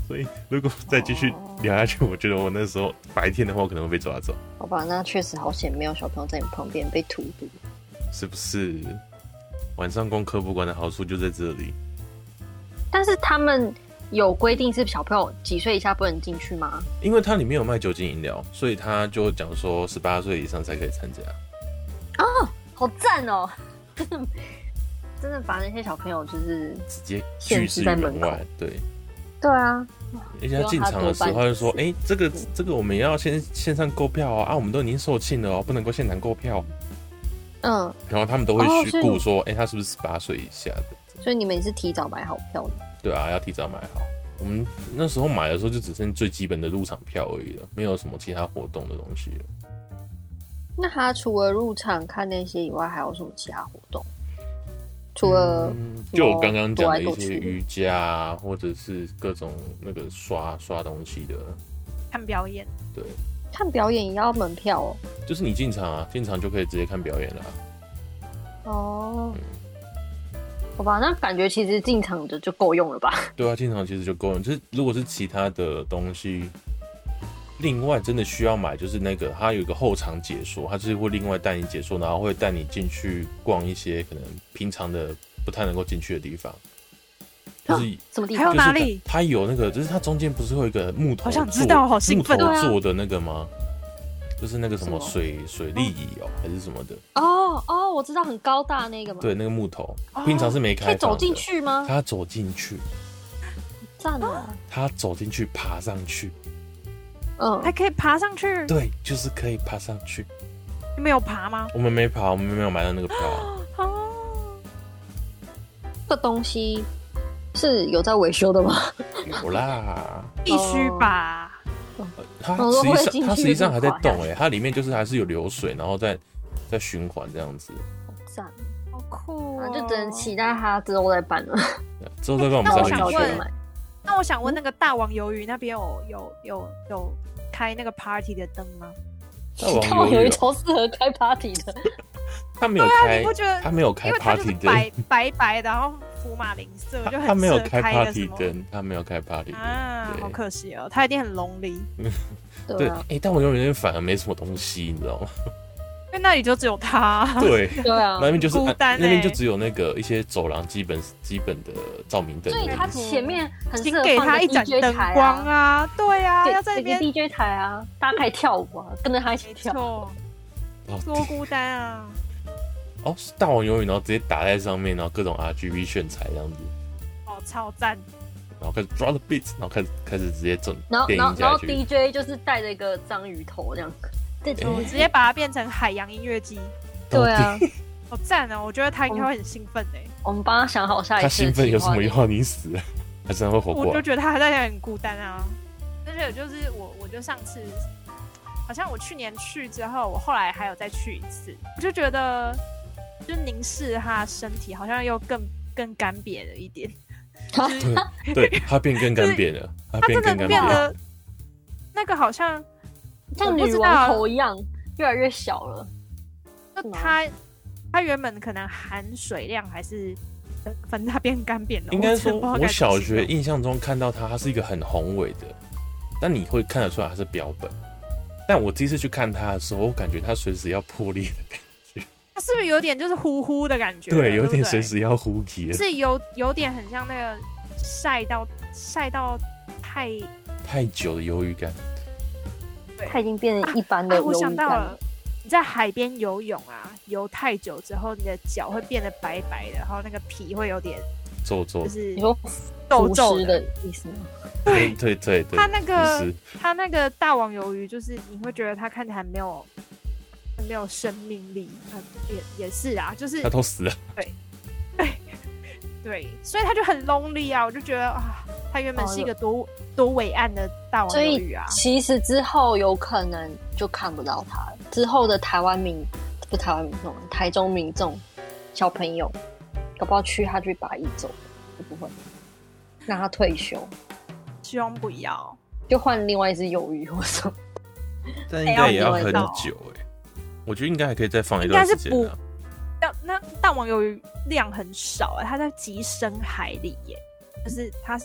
所以如果再继续聊下去，我觉得我那时候白天的话，我可能会被抓走。 好吧，那确实好险，没有小朋友在你旁边被荼毒， 是不是？晚上功课不管的好处就在这里。 但是他们有规定是小朋友几岁以下不能进去吗？ 因为它里面有卖酒精饮料，所以他就讲说十八岁以上才可以参加。 哦，好赞哦！真的，真的把那些小朋友就是直接拒之于门外。对， 对啊。 人家进场的时候他就说：“哎、欸，这个这个我们也要先线上购票啊，啊，我们都已经售罄了哦，不能够现场购票。” 嗯， 然后他们都会去顾说：“哎、哦欸，他是不是十八岁以下的？” 所以你们也是提早买好票的？ 对啊，要提早买好。我们那时候买的时候就只剩最基本的入场票而已了，没有什么其他活动的东西了。 那他除了入场看那些以外，还有什么其他活动？除了、 嗯、就我刚刚讲的一些瑜伽啊，或者是各种那个刷刷东西的， 看表演。 对， 看表演也要门票哦。 就是你进场啊，进场就可以直接看表演了、啊。 哦、嗯，好吧，那感觉其实进场的就够用了吧？ 对啊，进场其实就够用。就是如果是其他的东西，另外真的需要买，就是那个它有一个后场解说，它就是会另外带你解说，然后会带你进去逛一些可能平常的不太能够进去的地方。就是、 啊、什么地方？还有哪里？ 它有那个，就是它中间不是会有一个木头， 好想知道，好兴奋， 木头做的那个吗？就是那个什么水水利椅哦，还是什么的？ 哦哦，我知道，很高大那个吗？ 对，那个木头，平常是没开放的。 可以走进去吗？ 他走进去， 赞啊！ 他走进去，爬上去， 嗯，还可以爬上去。 对，就是可以爬上去。 你们有爬吗？ 我们没爬，我们没有买到那个票。 哦， 这东西是有在维修的吗？ 有啦， 必须吧。 它实际上，它实际上还在动哎、欸，它里面就是还是有流水，然后再再循环这样子。 好赞， 好酷、哦啊！ 就只能期待它之后再办了。 之后再跟我们再回去。 那我想问，那个大王鱿鱼那边有有有有开那个 party 的灯吗？ 大王鱿鱼超适合开 party 的。 他没有开， 啊、你不觉得他没有开 party 灯， 白白白的，然后福马林色，就很他没有开 party 灯，他没有开 party 灯啊，好可惜哦，他一定很 lonely。 对，哎、欸，但我永远反而没什么东西，你知道吗？ 因为那里就只有他。 对对啊， 那边就是孤单、欸， 那边就只有那个一些走廊基本基本的照明灯。 所以他前面很适合给他一盏灯光啊，对啊，要在那边 D J 台啊，大家可以跳舞啊，跟着他一起跳。 多孤单啊！ 哦，大王鱿鱼，然后直接打在上面，然后各种 R G B 炫彩这样子， 哦，超赞！ 然后开始 draw the beats， 然后开始开始直接整电然后音下去。 然后 D J 就是带着一个章鱼头这样，对， 我直接把它变成海洋音乐季。 对啊， 好赞哦！我觉得他应该会很兴奋诶。 我们帮他想好下一次。 他兴奋有什么用？你死了，他真的会活过来。 我就觉得他还在那很孤单啊。而且就是我，我就上次好像我去年去之后，我后来还有再去一次，我就觉得。就凝视他身体，好像又更更干瘪了一点。 对，对，他变更干瘪了，他变更干瘪了。 那个好像像女王头一样，越来越小了。 就他，他原本可能含水量还是，反正他变干扁了。 应该说，我小学印象中看到他，他是一个很宏伟的，但你会看得出来他是标本。但我第一次去看他的时候，我感觉他随时要破裂的感觉。 它是不是有点就是呼呼的感觉？ 对，有点随时要呼起， 是有有点很像那个晒到晒到太太久的鱿鱼干， 对，它已经变成一般的鱿鱼干了。 啊啊、我想到了，你在海边游泳啊，游太久之后，你的脚会变得白白的，然后那个皮会有点皱皱， 就是你说皱皱的意思吗？ 对对对对， 它那个它那个大王鱿鱼，就是你会觉得它看起来没有。没有生命力，嗯，也也是啊，就是他都死了， 对，对，对，所以他就很 lonely 啊，我就觉得啊，他原本是一个多、哦、多伟岸的大王鱿鱼啊， 其实之后有可能就看不到他了。之后的台湾民不台湾民众，台中民众小朋友，搞不好去他就把他移走，会不会让他退休？ 希望不要， 就换另外一只鱿鱼或什么， 但应该也要很久哎、欸。我觉得应该还可以再放一段时间啊。 要那大王鱿鱼量很少哎、欸，它在极深海里耶，就是它是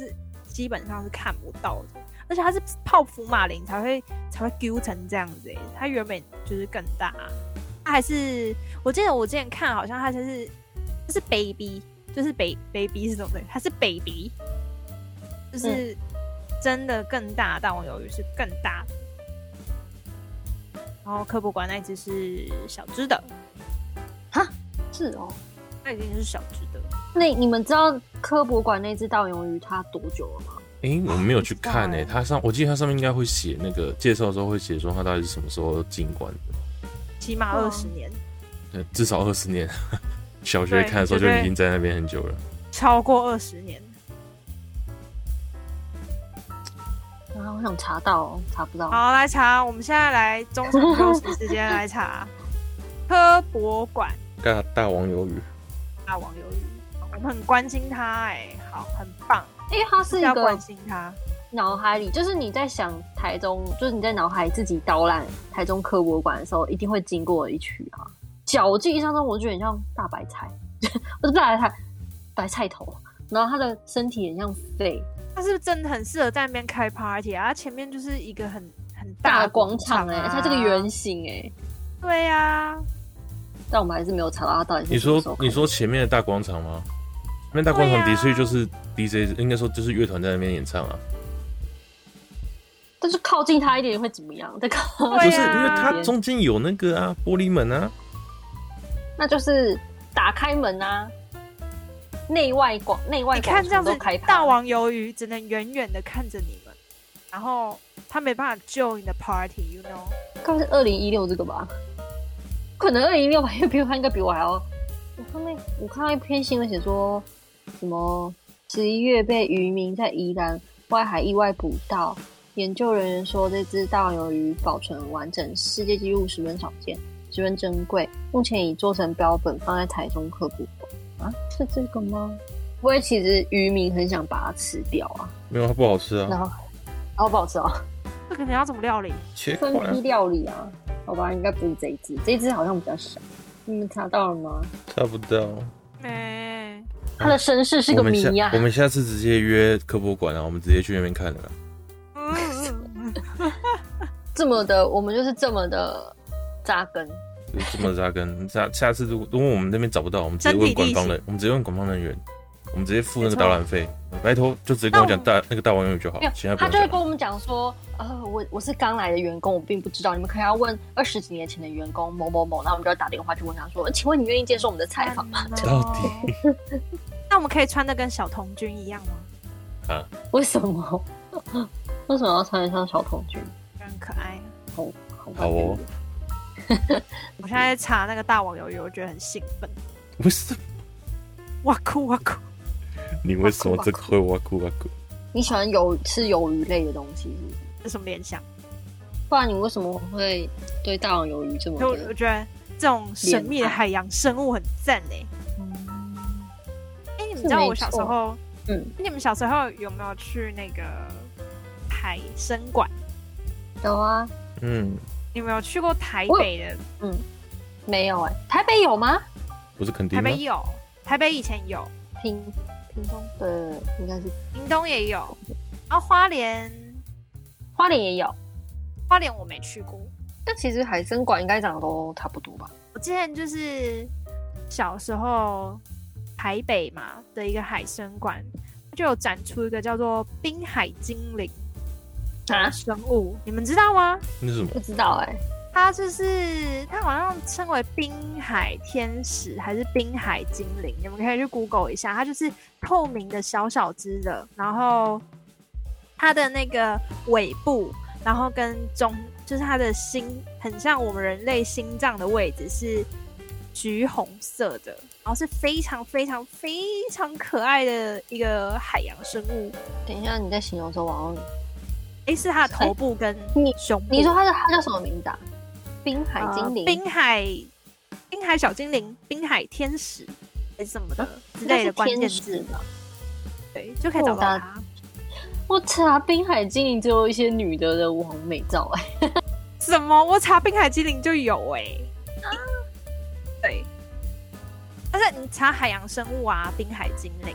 基本上是看不到的，而且它是泡福马林才会才会丢成这样子诶，它原本就是更大，它还是我记得我之前看好像它就是它是 baby， 就是 baby baby 是什么的？它是 baby， 就是真的更大，大王鱿鱼是更大的。然后科博馆那只是小只的， 哈，是哦， 那已经是小只的。 那你们知道科博馆那只大王鱿鱼它多久了吗？ 哎、欸，我没有去看诶、欸，它上我记得它上面应该会写那个介绍的时候会写说它到底是什么时候进馆的， 起码二十年， 对，至少二十年。小学看的时候就已经在那边很久了， 超过二十年。 啊，我想查到、哦，查不到。 好，来查，我们现在来中场休息时间来查科博馆大大王鱿鱼， 大王鱿鱼，我们很关心它哎、欸，好，很棒， 因为它是一个要关心它。 脑海里就是你在想台中，就是你在脑海自己导览台中科博馆的时候，一定会经过的一区啊。脚记忆象中，我觉得很像大白菜，不是大白菜，白菜头。然后它的身体很像肺。 它是不是真的很适合在那边开 party 啊？它前面就是一个很很大的广广场哎、 啊， 它这个圆形哎、欸。 对呀、啊， 但我们还是没有查到它到底是你什么时候说你说前面的大广场吗？前面大广场的确就是 D J，、啊、应该说就是乐团在那边演唱啊。 但是靠近它一点会怎么样？再靠近、啊， 就是因为它中间有那个啊玻璃门啊， 那就是打开门啊。内外广内外广场都开趴， 大王鱿鱼只能远远的看着你们，然后他没办法救你的 party，you know？ 该不是二零一六这个吧？可能二零一六吧，因为比他应该比我还要。我看那我看到一篇新闻写说，什么十一月被渔民在宜兰外海意外捕到，研究人员说这只大王鱿鱼保存完整，世界纪录十分少见，十分珍贵，目前已做成标本放在台中科博馆。啊，是这个吗？不会，其实渔民很想把它吃掉啊。 没有，它不好吃啊。 然后，然后不好吃啊。 这个你要怎么料理？ 切分批料理啊。好吧，应该不是这一只，这一只好像比较少。你们查到了吗？ 查不到。 没、欸。 它的身世是个谜呀、 啊。我们下次直接约科博馆啊，我们直接去那边看了啦。 这么的，我们就是这么的扎根。 这么扎根，下下次如果如果我们那边找不到，我们直接问官方人，我们直接问官方人员，我们直接付那个导览费，拜托就直接跟我讲大那个大王鱿鱼就好，其他不用讲。 他就会跟我们讲说，呃，我我是刚来的员工，我并不知道，你们可能要问二十几年前的员工某某某，那我们就要打电话去问他说，请问你愿意接受我们的采访吗？ 到底？ 那我们可以穿的跟小童军一样吗？ 啊？为什么？为什么要穿得像小童军？ 很可爱。 好，好， 好哦。 我现在查那个大王鱿鱼，我觉得很兴奋。 为什么？ 哇酷哇酷！ 你为什么这个会哇酷哇酷？ 你喜欢有吃鱿鱼类的东西是不是？ 有什么联想？ 不然你为什么会对大王鱿鱼这么？ 我我觉得这种神秘的海洋生物很赞哎。嗯。哎、欸，你们知道我小时候，嗯，你们小时候有没有去那个海参馆？ 有啊。 嗯。 你有没有去过台北的？ 嗯，没有哎、欸。台北有吗？ 不是垦丁吗？ 台北有，台北以前有。 屏屏东对，应该是屏东也有，然后花莲， 花莲也有， 花莲我没去过。 但其实海参馆应该长得都差不多吧？ 我之前就是小时候台北嘛的一个海参馆，就有展出一个叫做滨海精灵。啊，生物你们知道吗？ 那是什么？ 不知道哎、欸。 它就是它好像称为滨海天使还是滨海精灵，你们可以去 Google 一下。它就是透明的小小只的，然后它的那个尾部，然后跟中就是它的心很像我们人类心脏的位置是橘红色的，然后是非常非常非常可爱的一个海洋生物。 等一下你在形容的时候，好像哎，是它的头部跟胸部。 你你说它的它叫什么名字啊？滨海精灵、 呃、滨海滨海小精灵、滨海天使还是什么的、啊、之类的关键字吧？对，就可以找到它。 我查滨海精灵只有一些女的的网美照哎、欸。 什么？我查滨海精灵就有哎、欸。啊、对。但是你查海洋生物啊，滨海精灵，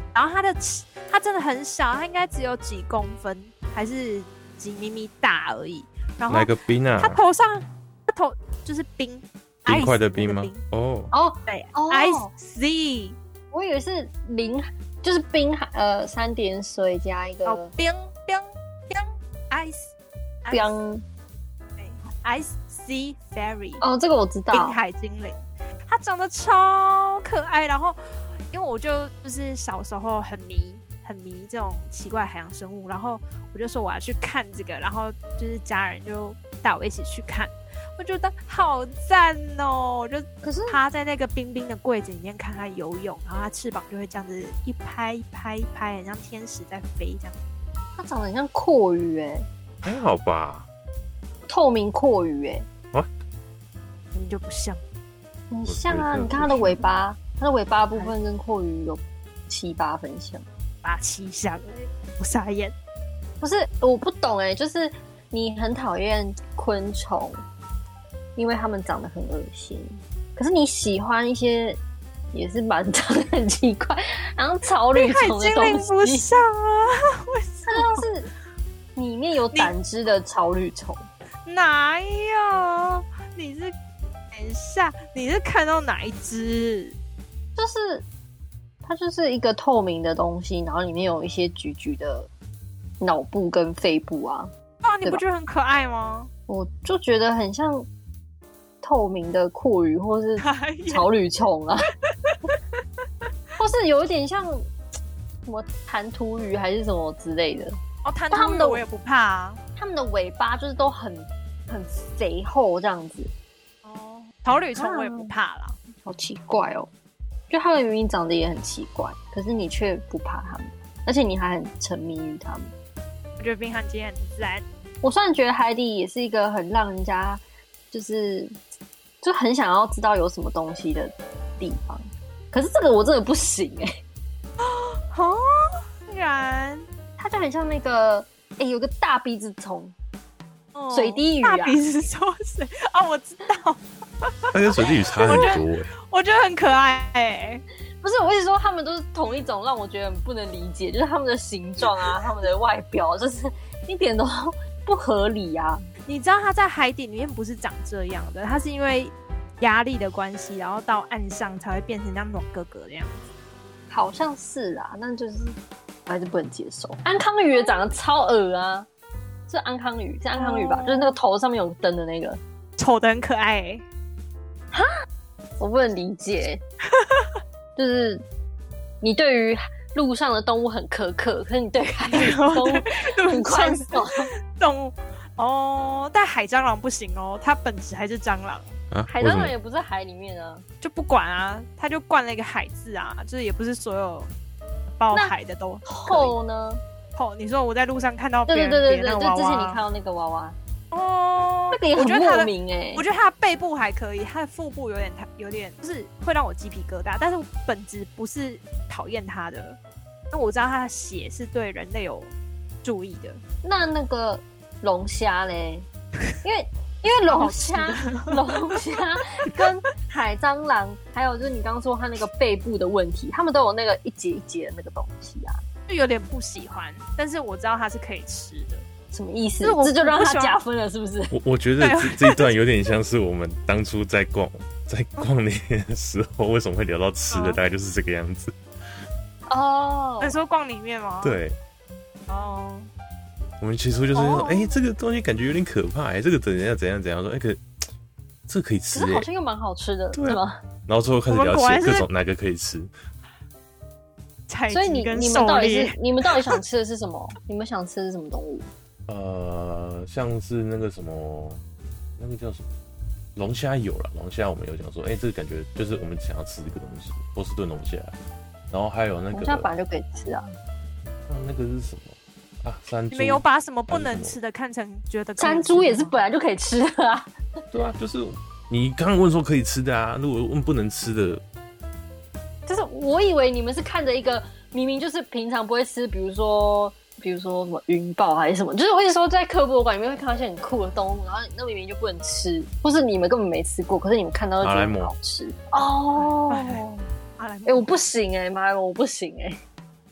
然后它的它真的很小，它应该只有几公分还是几厘米大而已。然后哪个冰啊？ 它头上它头就是冰， 冰块的冰吗？ 冰哦哦， 对、 哦 ，ice sea。 我以为是零，就是冰海呃三点水加一个哦，冰冰冰 ice 冰， 对 ice sea fairy。 哦，这个我知道。 滨海精灵，它长得超可爱。然后，因为我就就是小时候很迷很迷这种奇怪海洋生物，然后我就说我要去看这个，然后就是家人就带我一起去看。我觉得好赞哦！我就可是趴在那个冰冰的柜子里面看它游泳，然后它翅膀就会这样子一拍一拍一拍，很像天使在飞这样。 它长得很像阔鱼哎， 还好吧？ 透明阔鱼哎， 啊， 你就不像， 很像啊！你看它的尾巴，它的尾巴部分跟阔鱼有七八分像， 八七像，我傻眼。 不是，我不懂哎，就是你很讨厌昆虫。因为它们长得很恶心，可是你喜欢一些也是蛮长得很奇怪，然后草履虫的东西， 不像啊，为什么？ 它就是里面有胆汁的草履虫， 哪有？你是等一下，你是看到哪一只？ 就是它就是一个透明的东西，然后里面有一些橘橘的脑部跟肺部啊。 啊，你不觉得很可爱吗？ 我就觉得很像透明的阔鱼或是草履虫啊，或是有一点像什么弹涂鱼还是什么之类的。 哦，弹涂鱼我也不怕啊。 它们的尾巴就是都很很肥厚这样子。 哦，草履虫我也不怕啦。 好奇怪哦，就它们明明长得也很奇怪，可是你却不怕它们，而且你还很沉迷于它们。 我觉得冰汉今天很自然。 我虽然觉得海底也是一个很让人家就是就很想要知道有什么东西的地方，可是这个我真的不行哎、欸。 哦，然它就很像那个哎、欸，有个大鼻子虫， 哦、 水滴鱼啊， 大鼻子抽水哦，我知道。 它跟水滴鱼差很多哎、欸， 我觉得很可爱哎、欸。 不是，我一直说他们都是同一种，让我觉得很不能理解，就是他们的形状啊，他们的外表，就是一点都不合理啊！ 你知道它在海底里面不是长这样的，它是因为压力的关系，然后到岸上才会变成那种哥哥的样子。 好像是啊，但就是我还是不能接受。安康鱼也长得超恶啊，是安康鱼，是安康鱼吧？ Oh. 就是那个头上面有灯的那个， 丑得很可爱哎、欸。 哈，我不能理解。就是你对于路上的动物很苛刻，可是你对海底动物很宽松。 动物哦，但海蟑螂不行哦，它本质还是蟑螂。 啊、 海蟑螂也不在海里面啊， 就不管啊，它就冠了一个海字啊，就是也不是所有包海的都。 后呢？ 后，你说我在路上看到别人对对对对对， 别那个娃娃， 就之前你看到那个娃娃。 哦， 那个也很莫名哎、欸， 我觉得它的背部还可以，它的腹部有点有点就是会让我鸡皮疙瘩，但是本质不是讨厌它的，因为我知道它的血是对人类有注意的。 那那个龙虾嘞？因为因为龙虾、龙虾跟海蟑螂，还有就是你刚刚说它那个背部的问题，他们都有那个一节一节的那个东西啊， 就有点不喜欢，但是我知道它是可以吃的。 什么意思？这就让他加分了，是不是？ 我我觉得这这一段有点像是我们当初在逛在逛那的时候，为什么会聊到吃的，大概就是这个样子。 哦， 你说逛里面吗？ 对。 哦。 我们起初就是说，哎、哦欸，这个东西感觉有点可怕、欸，哎，这个怎样怎样怎样说，哎、欸，可这个可以吃、欸， 可是好像又蛮好吃的， 对吗？ 然后最后开始了解各种哪个可以吃。 所以你你们到底是你们到底想吃的是什么？你们想吃的是什么动物？ 呃，像是那个什么，那个叫什么龙虾有了，龙虾我们有讲说，哎、欸，这个感觉就是我们想要吃这个东西，波士顿龙虾，然后还有那个龙虾本来就可以吃啊。 那那个是什么啊？山猪？ 你们有把什么不能吃的看成觉得可以吃的？ 山猪也是本来就可以吃的啊。 对啊，就是你刚刚问说可以吃的啊，如果问不能吃的， 就是我以为你们是看着一个明明就是平常不会吃，比如说。比如说什么云豹还是什么，就是我一直说在科博馆里面会看到一些很酷的动物，然后那明明就不能吃，或是你们根本没吃过，可是你们看到就觉得很好吃哦。哎、欸，我不行哎、欸，马来貘我不行哎、欸。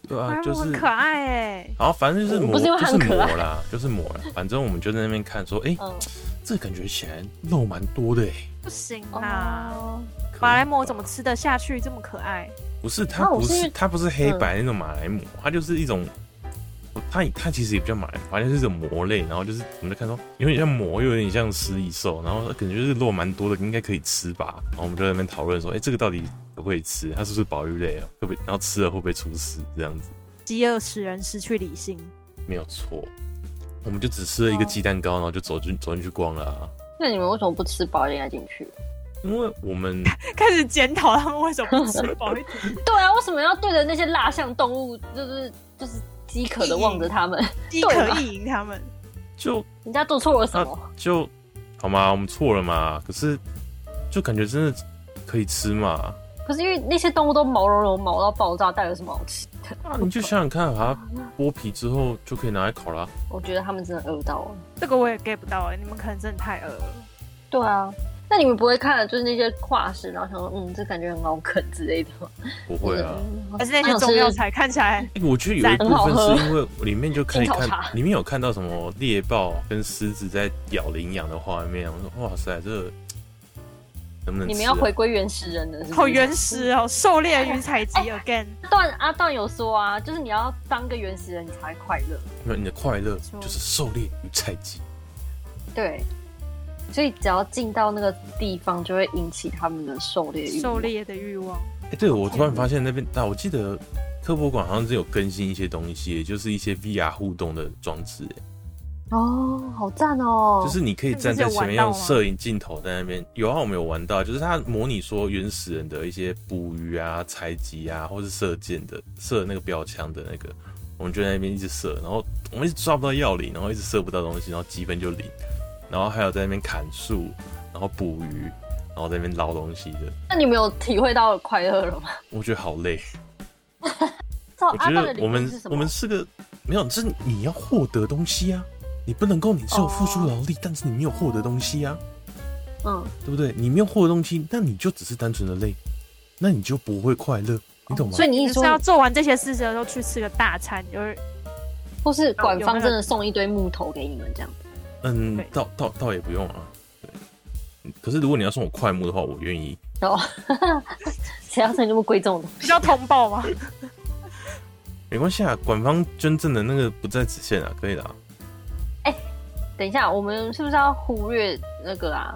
对啊， 白就是很可爱哎。 好，反正就是磨， 不是因为就是它很可爱磨啦，就是磨啦。反正我们就在那边看说，哎、欸， 嗯， 这感觉起来肉蛮多的哎、欸。 不行啦， 哦马来貘怎么吃得下去？这么可爱？ 不是，它不是， 那我是它不是黑白那种马来貘，它就是一种，它它其实也比较马来，反正就是一种膜类。然后就是我们就看说，有点像膜，又有点像食蚁兽，然后感觉就是肉蛮多的，应该可以吃吧。然后我们就在那边讨论说，哎、欸，这个到底可不可以吃？它是不是保育类啊？会不会？然后吃了会不会出事？这样子， 饥饿使人失去理性， 没有错。我们就只吃了一个鸡蛋糕，然后就走进走进去逛了、啊。 那你们为什么不吃饱一点再进去？ 因为我们开始检讨他们为什么不吃饱一点。 对啊，为什么要对着那些蜡像动物，就是就是饥渴的望着他们， 饥渴意淫他们？ 就人家做错了什么？ 啊、就好嘛，我们错了嘛。可是就感觉真的可以吃嘛。 可是因为那些动物都毛茸茸、毛到爆炸，带有什么好吃的？ 啊，你就想想看，把它剥皮之后就可以拿来烤啦。 我觉得他们真的饿到了。 这个我也 get 不到哎、欸，你们可能真的太饿了。 对啊。那你们不会看就是那些化石，然后想说，嗯，这感觉很好啃之类的吗？ 不会啊， 还是那些中药材看起来、 欸，我觉得有一部分是因为里面就可以看，里面有看到什么猎豹跟狮子在咬羚羊的画面。我说，哇塞，这个能不能吃、啊？ 你们要回归原始人了是不是？ 好原始哦，狩猎与采集 again。 段阿段有说啊，就是你要当个原始人，你才会快乐。 因为你的快乐就是狩猎与采集。 对。所以只要进到那个地方，就会引起他们的狩猎欲望。 狩猎的欲望。 哎、欸，对，我突然发现那边，啊，我记得科博馆好像是有更新一些东西，就是一些 V R 互动的装置。 哦，好赞哦！ 就是你可以站在前面用摄影镜头在那边。有啊，我们有玩到，就是它模拟说原始人的一些捕鱼啊、采集啊，或是射箭的、射那个标枪的那个，我们就在那边一直射，然后我们一直抓不到要领，然后一直射不到东西，然后积分就零。然后还有在那边砍树，然后捕鱼，然后在那边捞东西的。 那你们有体会到快乐了吗？ 我觉得好累。 我觉得我们我们是个没有，就是你要获得东西啊，你不能够你只有付出劳力， oh. 但是你没有获得东西啊， 嗯， 对不对？你没有获得东西，那你就只是单纯的累，那你就不会快乐，你懂吗？ 所以你是要做完这些事之后去吃个大餐，就是或是馆方真的送一堆木头给你们这样。 嗯，倒倒倒也不用啊。对，可是如果你要送我快木的话，我愿意。 哦，谁要送你那么贵重的？ 需要通报吗？ 没关系啊，馆方捐赠的那个不在此限啊，可以的、啊。 哎、欸，等一下，我们是不是要忽略那个啊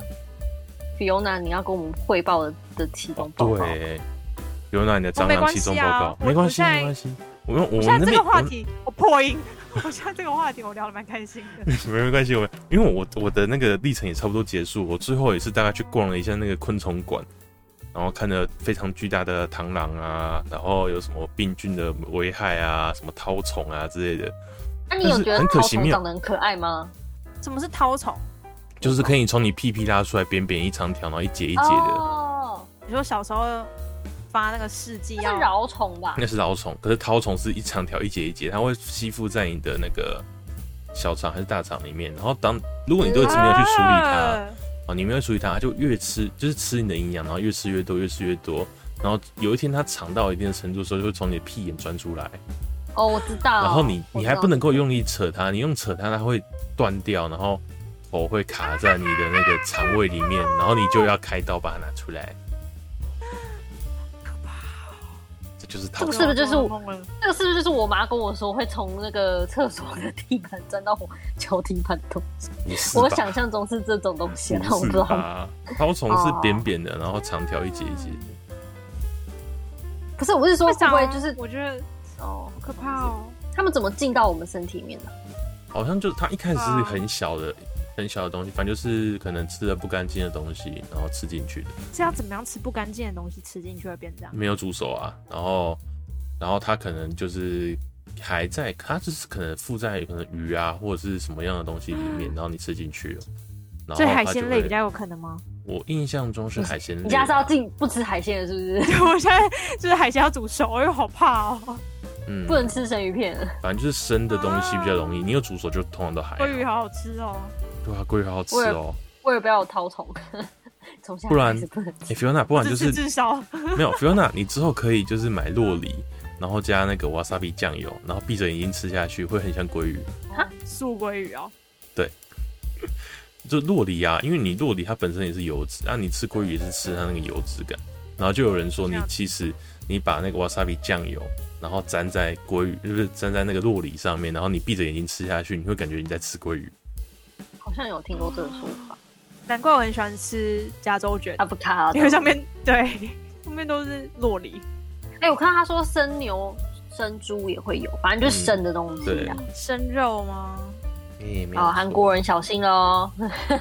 ？Fiona， 你要跟我们汇报的的期中报告。 对 ，Fiona， 你的蟑螂期中报告，没关系，没关系。我们我们现在这个话题，我破音。我现在这个话题我聊得蛮开心的， 没没关系，我因为我我的那个历程也差不多结束，我最后也是大概去逛了一下那个昆虫馆，然后看了非常巨大的螳螂啊，然后有什么病菌的危害啊，什么绦虫啊之类的。 那、啊、你有觉得绦虫长得很可爱吗？ 什么是绦虫？ 就是可以从你屁屁拉出来，扁扁一长条，然后一节一节的。 哦， 你说小时候发那个试剂要是蛲虫吧？ 那是蛲虫，可是绦虫是一长条一节一节，它会吸附在你的那个小肠还是大肠里面。然后当如果你这个没有去处理它，啊、哦，你没有处理它，它就越吃就是吃你的营养，然后越吃越多，越吃越多。然后有一天它长到一定的程度的时候，就会从你的屁眼钻出来。 哦，我知道。 然后你你还不能够用力扯它，你用扯它它会断掉，然后头会卡在你的那个肠胃里面，然后你就要开刀把它拿出来。就是这个是不是就是我？这个是不是就是我妈跟我说会从那个厕所的地板钻到我脚底板的东西？我想象中是这种东西，但我不知道。 绦虫是扁扁的，然后长条一节一节的。 不是，我是说会不会就是我觉得哦，好可怕哦！ 他们怎么进到我们身体里面的？ 好像就是它一开始是很小的。很小的东西，反正就是可能吃了不干净的东西，然后吃进去的。 是要怎么样吃不干净的东西吃进去会变这样？ 没有煮熟啊，然后，然后它可能就是还在，它就是可能附在可能鱼啊或者是什么样的东西里面，然后你吃进去了。然后所以海鲜类比较有可能吗？ 我印象中是海鲜类。 你家是要进不吃海鲜的，是不是？ 我现在就是海鲜要煮熟，因为好怕哦。 嗯， 不能吃生鱼片。 反正就是生的东西比较容易，你有煮熟就通常都还好。 鲑鱼好好吃哦。 对啊，鲑鱼好好吃哦。 为了不要有绦虫，从下不然不能吃。 哎 ，Fiona， 不然就是至少没有 Fiona， 你之后可以就是买酪梨， 然后加那个 wasabi 酱油，然后闭着眼睛吃下去，会很像鲑鱼。 哈，素鲑鱼哦。 对，就酪梨啊，因为你酪梨它本身也是油脂，啊，你吃鲑鱼也是吃它那个油脂感。然后就有人说，你其实你把那个 wasabi 酱油，然后沾在鲑鱼，就是沾在那个酪梨上面，然后你闭着眼睛吃下去，你会感觉你在吃鲑鱼。 好像有听过这个说法。 难怪我很喜欢吃加州卷， 阿布卡， 因为上面对上面都是酪梨。 哎、欸，我看到他说生牛、生猪也会有，反正就是生的东西啊。 嗯、生肉吗？ 欸、 哦，韩国人小心喽！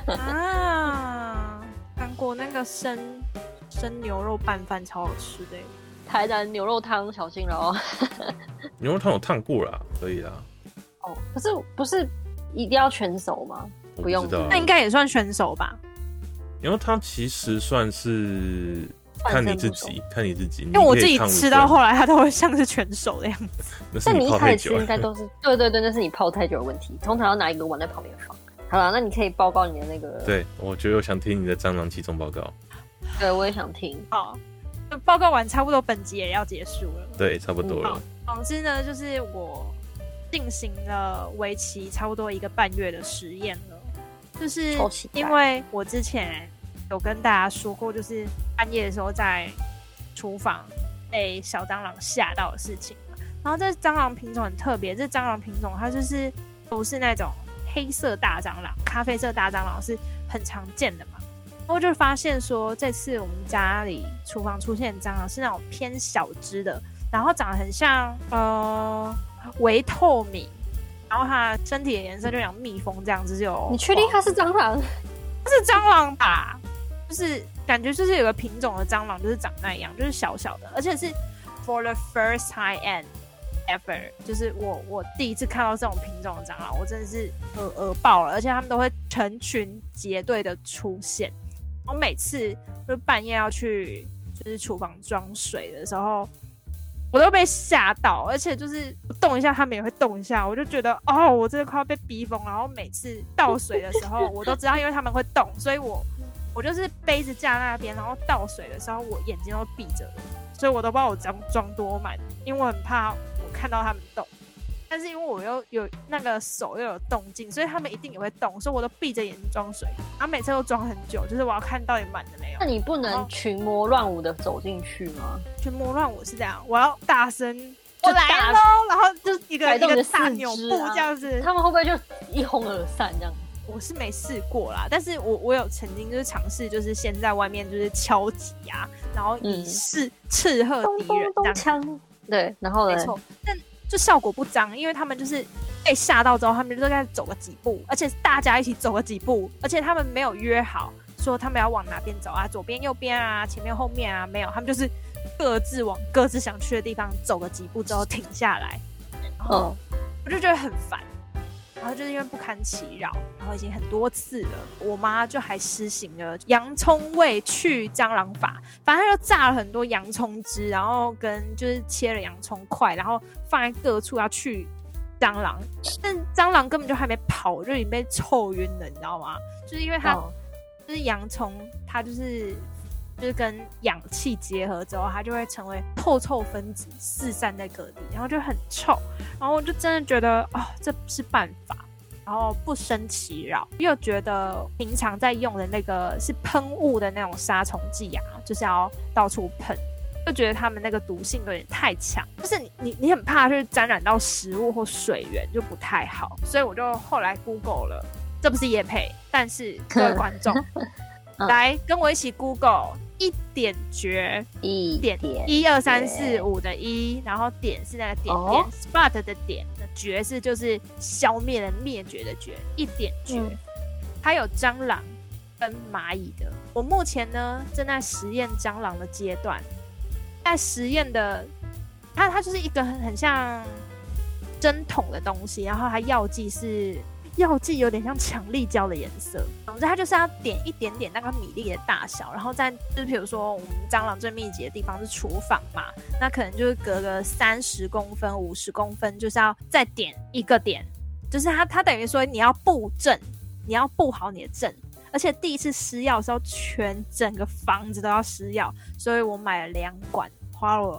啊，韩国那个生生牛肉拌饭超好吃的。 台南牛肉汤小心喽！ 牛肉汤有烫过啦，可以啦。 哦，可是不是一定要全熟吗？不用， 那应该也算全熟吧。 牛肉汤其实算是看你自己，看你自己。 因为我自己吃到后来，它都会像是全熟的样子。 但你一开始吃应该都是，对对对，那是你泡太久的问题。通常要拿一个碗在旁边放。好了，那你可以报告你的那个。 对，我觉得我想听你的蟑螂体重报告。 对，我也想听。 好，报告完差不多本集也要结束了。 对，差不多了。 总之呢，就是我进行了为期差不多一个半月的实验了。就是因为我之前有跟大家说过，就是半夜的时候在厨房被小蟑螂吓到的事情。然后这蟑螂品种很特别，这蟑螂品种它就是不是那种黑色大蟑螂、咖啡色大蟑螂是很常见的嘛。然后就发现说，这次我们家里厨房出现的蟑螂是那种偏小只的，然后长得很像呃微透明。然后它身体的颜色就像蜜蜂这样子，就有。 你确定它是蟑螂？ 它是蟑螂吧？就是感觉就是有个品种的蟑螂，就是长那样，就是小小的，而且是 for the first time ever， 就是我我第一次看到这种品种的蟑螂，我真的是恶恶爆了，而且它们都会成群结队的出现。我每次就半夜要去就是厨房装水的时候。我都被吓到，而且就是动一下，他们也会动一下，我就觉得哦，我真的快要被逼疯。然后每次倒水的时候，我都知道，因为他们会动，所以我我就是杯子架那边，然后倒水的时候，我眼睛都闭着了，所以我都不知道我装装多满，因为我很怕我看到他们动。但是因为我又有那个手又有动静，所以他们一定也会动，所以我都闭着眼睛装水，然后每次都装很久，就是我要看到底满了没有。 那你不能群魔乱舞的走进去吗？ 群魔乱舞是这样，我要大声，我来喽，然后就一个、啊、一个大扭步这样子， 他们会不会就一哄而散这样？ 我是没试过啦，但是我我有曾经就是尝试，就是先在外面就是敲击啊，然后以示斥喝敌人这样子，对，然后呢？ 没错，但就效果不彰，因为他们就是被吓到之后，他们就开始走个几步，而且是大家一起走个几步，而且他们没有约好说他们要往哪边走啊，左边右边啊，前面后面啊，没有，他们就是各自往各自想去的地方走个几步之后停下来，然后我就觉得很烦，然后就是因为不堪其扰，然后已经很多次了，我妈就还施行了洋葱味去蟑螂法，反正她就榨了很多洋葱汁，然后跟就是切了洋葱块，然后放在各处要去蟑螂，但蟑螂根本就还没跑，就已经被臭晕了，你知道吗？就是因为它、哦、就是洋葱，它就是就是跟氧气结合之后，它就会成为臭臭分子四散在各地，然后就很臭，然后我就真的觉得哦，这不是办法，然后不胜其扰，又觉得平常在用的那个是喷雾的那种杀虫剂啊，就是要到处喷，就觉得他们那个毒性有点太强，就是你你你很怕就是沾染到食物或水源就不太好，所以我就后来 Google 了，这不是业配，但是各位观众来跟我一起 Google 一点绝一点一二三四五的一，然后点是那个点点、哦、spot 的点，绝是就是消灭了灭绝的绝，一点绝、嗯、它有蟑螂跟蚂蚁的。我目前呢正在实验蟑螂的阶段，在实验的它它就是一个很很像针筒的东西，然后它药剂是药剂有点像强力胶的颜色，总之它就是要点一点点那个米粒的大小，然后再就是比如说我们蟑螂最密集的地方是厨房嘛，那可能就是隔个三十公分五十公分，就是要再点一个点，就是它它等于说你要布阵，你要布好你的阵，而且第一次施药的时候全整个房子都要施药，所以我买了两管，花了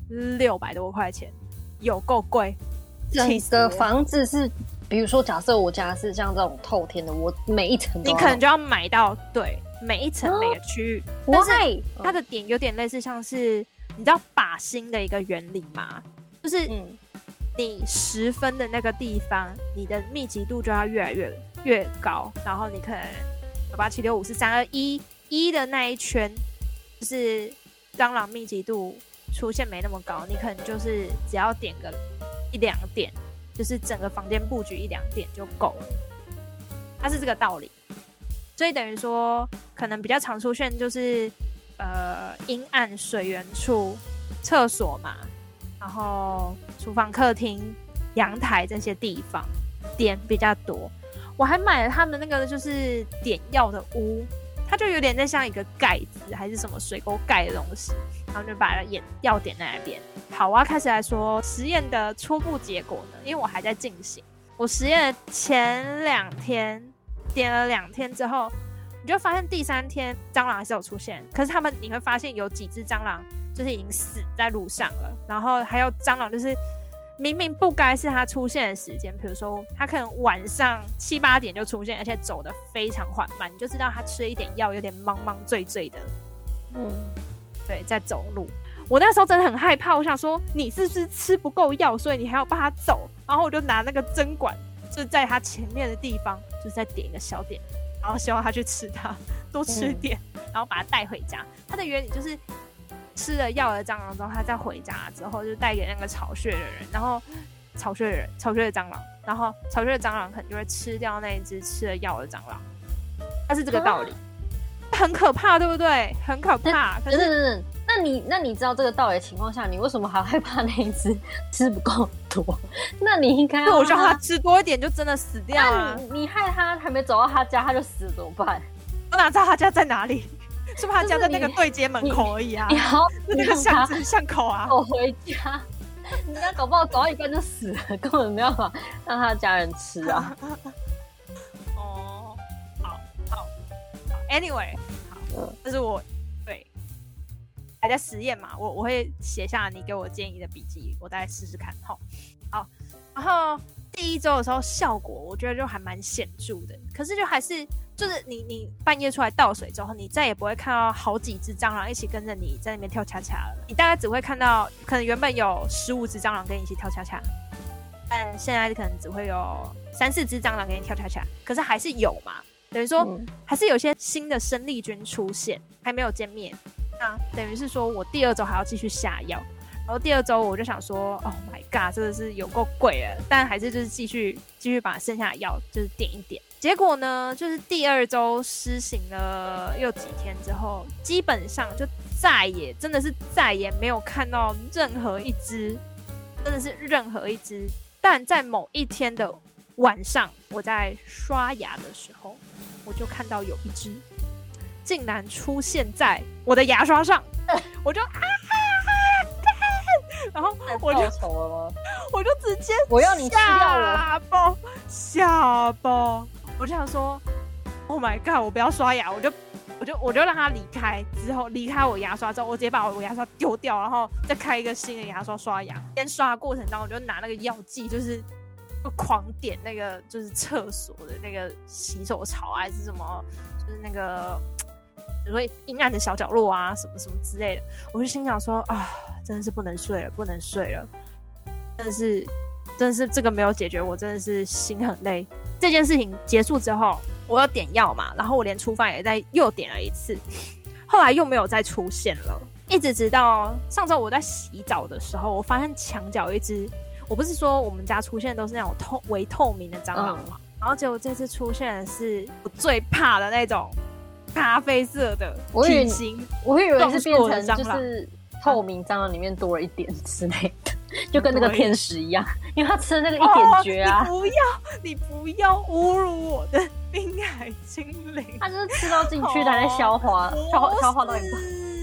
六百多块钱，有够贵。 整个房子是，比如说假设我家是像这种透天的，我每一层都你可能就要买到对每一层每个区域， 哦、 但是它的点有点类似像是你知道靶心的一个原理吗？就是你十分的那个地方，你的密集度就要越来越越高，然后你可能九八七六五四三二一一的那一圈，就是蟑螂密集度出现没那么高，你可能就是只要点个一两点，就是整个房间布局一两点就够了，它是这个道理。所以等于说，可能比较常出现就是呃阴暗水源处、厕所嘛，然后厨房、客厅、阳台这些地方点比较多。我还买了他们那个就是点药的屋，它就有点在像一个盖子还是什么水沟盖的东西，然后就把药点在那边。好，我要开始来说实验的初步结果呢，因为我还在进行。我实验的前两天点了两天之后，你就发现第三天蟑螂还是有出现，可是他们你会发现有几只蟑螂就是已经死在路上了，然后还有蟑螂就是明明不该是它出现的时间，比如说它可能晚上七八点就出现，而且走得非常缓慢，你就知道它吃了一点药，有点茫茫醉醉的，嗯，对，在走路。我那时候真的很害怕，我想说你是不是吃不够药，所以你还要帮它走？然后我就拿那个针管，就是在它前面的地方，就是再点一个小点，然后希望它去吃它，多吃点，嗯、然后把它带回家。它的原理就是吃了药的蟑螂之后，它再回家之后就带给那个巢穴的人，然后巢穴的人、巢穴的蟑螂，然后巢穴的蟑螂可能就会吃掉那一只吃了药的蟑螂，它是这个道理，啊、很可怕，对不对？很可怕。可是， 等等，那你那你知道这个道理的情况下，你为什么还害怕那一只吃不够多？那你应该， 我让它吃多一点，就真的死掉啊！ 你你害它还没走到他家，他就死了怎么办？ 我哪知道他家在哪里？是不是他家在那个对街门口而已啊？ 你好， 那个巷子巷口啊， 走回家，人家搞不好走到一半就死了，根本没办法让他家人吃啊。 哦，好好 ，anyway， 好，这是我对还在实验嘛，我我会写下你给我建议的笔记，我再试试看。好，好，然后第一周的时候效果我觉得就还蛮显著的，可是就还是。就是你，你半夜出来倒水之后，你再也不会看到好几只蟑螂一起跟着你在那边跳恰恰了。你大概只会看到，可能原本有十五只蟑螂跟你一起跳恰恰，但现在可能只会有三四只蟑螂跟你跳恰恰。可是还是有嘛，等于说、嗯、还是有些新的生力军出现，还没有歼灭。那等于是说我第二周还要继续下药，然后第二周我就想说 ，Oh my god， 真的是有够贵了，但还是就是继续继续把剩下的药就是点一点。结果呢，就是第二周施行了又几天之后，基本上就再也真的是再也没有看到任何一只，真的是任何一只。但在某一天的晚上，我在刷牙的时候，我就看到有一只竟然出现在我的牙刷上，我就啊啊干，然后我就我就直接我要你吃掉我， 下爆下爆。我就想说 ，Oh my god！ 我不要刷牙，我就我就我就让他离开，之后离开我牙刷之后，我直接把我牙刷丢掉，然后再开一个新的牙刷刷牙。边刷的过程当中，我就拿那个药剂，就是狂点那个就是厕所的那个洗手槽还是什么，就是那个比如说阴暗的小角落啊，什么什么之类的。我就心想说啊，真的是不能睡了，不能睡了，真的是真的是这个没有解决，我真的是心很累。这件事情结束之后，我又点药嘛，然后我连厨房也在又点了一次，后来又没有再出现了，一直直到上周我在洗澡的时候，我发现墙角有一只，我不是说我们家出现的都是那种透微透明的蟑螂嘛、嗯，然后结果这次出现的是我最怕的那种咖啡色的体型， 我以为是变成就是透明蟑螂里面多了一点之类的。就跟那个天使一样，因为他吃的那个一点绝啊！ 哦、你不要，你不要侮辱我的滨海精灵。 他就是吃到进去，他在消化，消化消化到一半。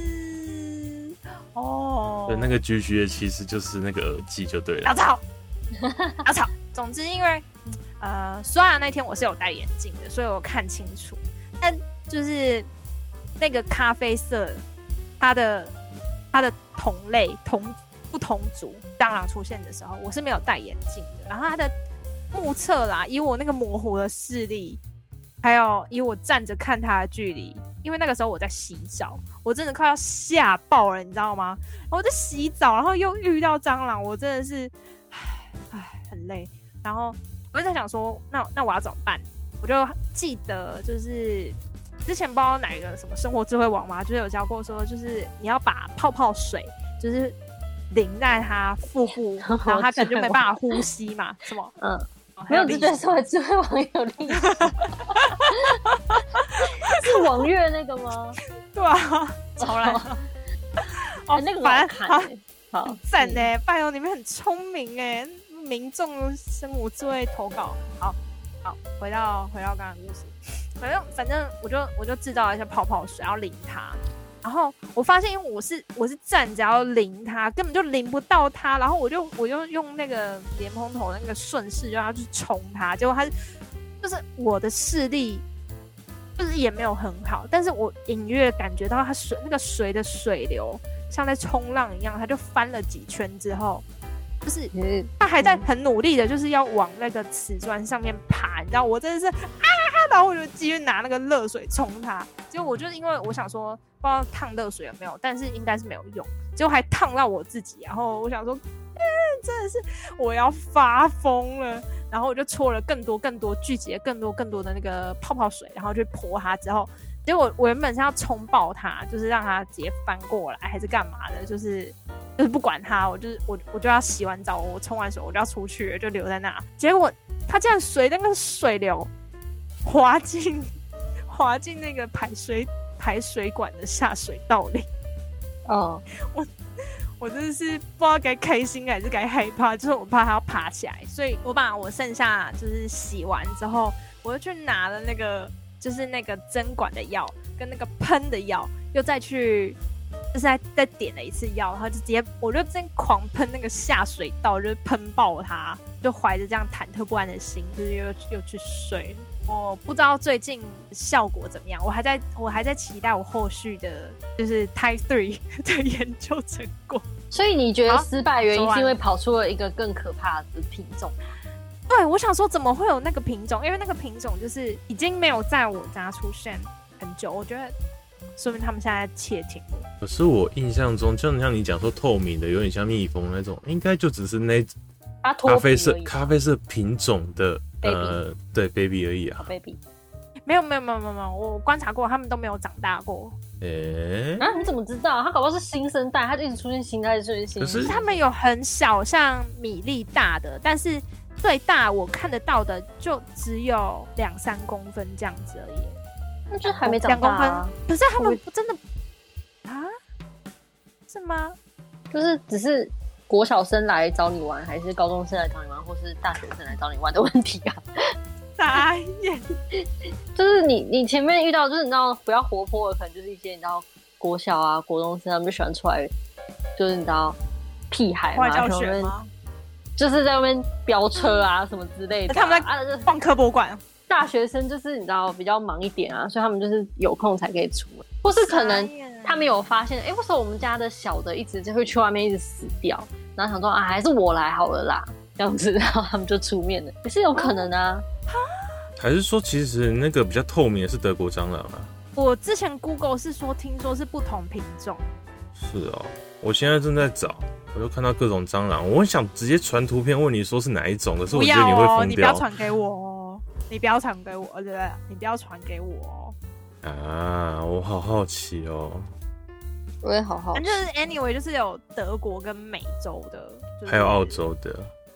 哦， 对，那个橘橘的其实就是那个耳机就对了。 不要吵，不要吵。总之，因为呃，刷牙那天我是有戴眼镜的，所以我看清楚。但就是那个咖啡色，它的它的同类同。 不同族蟑螂出现的时候，我是没有戴眼镜的，然后它的目测啦，以我那个模糊的视力，还有以我站着看它的距离，因为那个时候我在洗澡，我真的快要吓爆了，你知道吗？然后我在洗澡，然后又遇到蟑螂，我真的是唉很累，然后我就在想说，那那我要怎么办？我就记得就是之前不知道哪一个什么生活智慧网嘛，就是有教过说，就是你要把泡泡水就是淋在他腹部，然后他可能就没办法呼吸嘛，什么？嗯， 哦、没有，就觉得生活智慧网有历史，是网页那个吗？ 对啊，超烂。 哦，那个反正好看、欸，好赞呢、欸！拜托你们很聪明哎、欸，民众生活智慧投稿，好。好，回到回到刚刚的故事，反正反正我就我就制造了一些泡泡水，要淋它。然后我发现，因为我是我是站着要淋它，根本就淋不到它。然后我就我就用那个莲蓬头那个顺势就要去冲它，结果它就是我的视力就是也没有很好，但是我隐约感觉到它水那个水的水流像在冲浪一样，它就翻了几圈之后。就是他还在很努力的，就是要往那个瓷砖上面爬，你知道，我真的是啊，然后我就继续拿那个热水冲它。结果我就是因为我想说，不知道烫热水有没有，但是应该是没有用，结果还烫到我自己。然后我想说，嗯，真的是我要发疯了。然后我就搓了更多、更多聚集了更多、更多的那个泡泡水，然后就泼它之后，结果我原本是要冲爆它，就是让它直接翻过来，还是干嘛的，就是。就是不管它，我就是我，我就要洗完澡，我冲完水我就要出去，就留在那。结果它竟然随那个水流滑进滑进那个排水排水管的下水道里。 哦， 我我真的是不知道该开心还是该害怕，就是我怕它要爬起来，所以我把我剩下就是洗完之后，我就去拿了那个就是那个针管的药跟那个喷的药，又再去。就是再再点了一次药，然后就直接我就真狂喷那个下水道，就是喷爆它，就怀着这样忐忑不安的心，就是又又去睡。我不知道最近效果怎么样，我还在我还在期待我后续的，就是 Type Three 的研究成果。 所以你觉得失败原因是因为跑出了一个更可怕的品种？ 对，我想说怎么会有那个品种？因为那个品种就是已经没有在我家出现很久，我觉得。说明他们现在窃听我。 可是我印象中，就像你讲说透明的，有点像蜜蜂那种，应该就只是那咖啡色咖啡色品种的 baby 呃，对 baby 而已啊。 baby 没有没有没有没有没有，我观察过，他们都没有长大过。 诶、欸， 啊，你怎么知道？他搞不好是新生代，他就一直出现新代，出现新代。 可是他们有很小，像米粒大的，但是最大我看得到的就只有两三公分这样子而已。 那就还没长大、啊、 两公分，可是他们真的啊？是吗？ 就是只是国小生来找你玩，还是高中生来找你玩，或是大学生来找你玩的问题啊？ 傻眼！ 就是你你前面遇到，就是你知道比较活泼的，可能就是一些你知道国小啊、国中生，他们就喜欢出来，就是你知道屁孩嘛， 教学吗？ 就是在外面飙车啊什么之类的、啊， 他们在逛科博馆。 大学生就是你知道比较忙一点啊，所以他们就是有空才可以出来，或是可能他们有发现，哎、欸，为什么我们家的小的一直就会去外面一直死掉，然后想说啊，还是我来好了啦，这样子，然后他们就出面了，也是有可能啊。 还是说其实那个比较透明的是德国蟑螂啊？ 我之前 Google 是说听说是不同品种。 是哦，我现在正在找。我就看到各种蟑螂，我很想直接传图片问你说是哪一种，可是我觉得你会疯掉。 不要哦，你不要传给我哦，你不要传给我，对不对？你不要传给我哦。啊，我好好奇哦。 我也好好奇。 反正 anyway 就是有德国跟美洲的，就是、 还有澳洲的。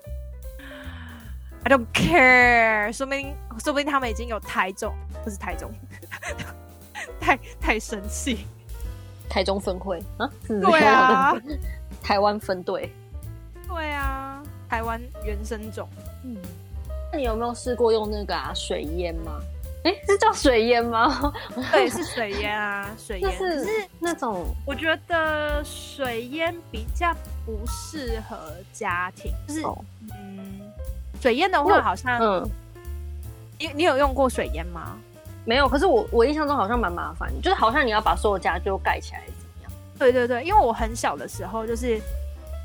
I don't care， 说不定说不定他们已经有台中，不是台中，太太生气。 台中分会啊？ 对啊。 台湾分队， 对啊，台湾原生种。 嗯，那你有没有试过用那个啊水烟吗？哎、欸，是叫水烟吗？ 对，是水烟啊，水烟。 是那种， 我觉得水烟比较不适合家庭，就是、哦、嗯，水烟的话好像，嗯，你你有用过水烟吗？ 没有，可是我我印象中好像蛮麻烦，就是好像你要把所有家具都盖起来。对对对，因为我很小的时候，就是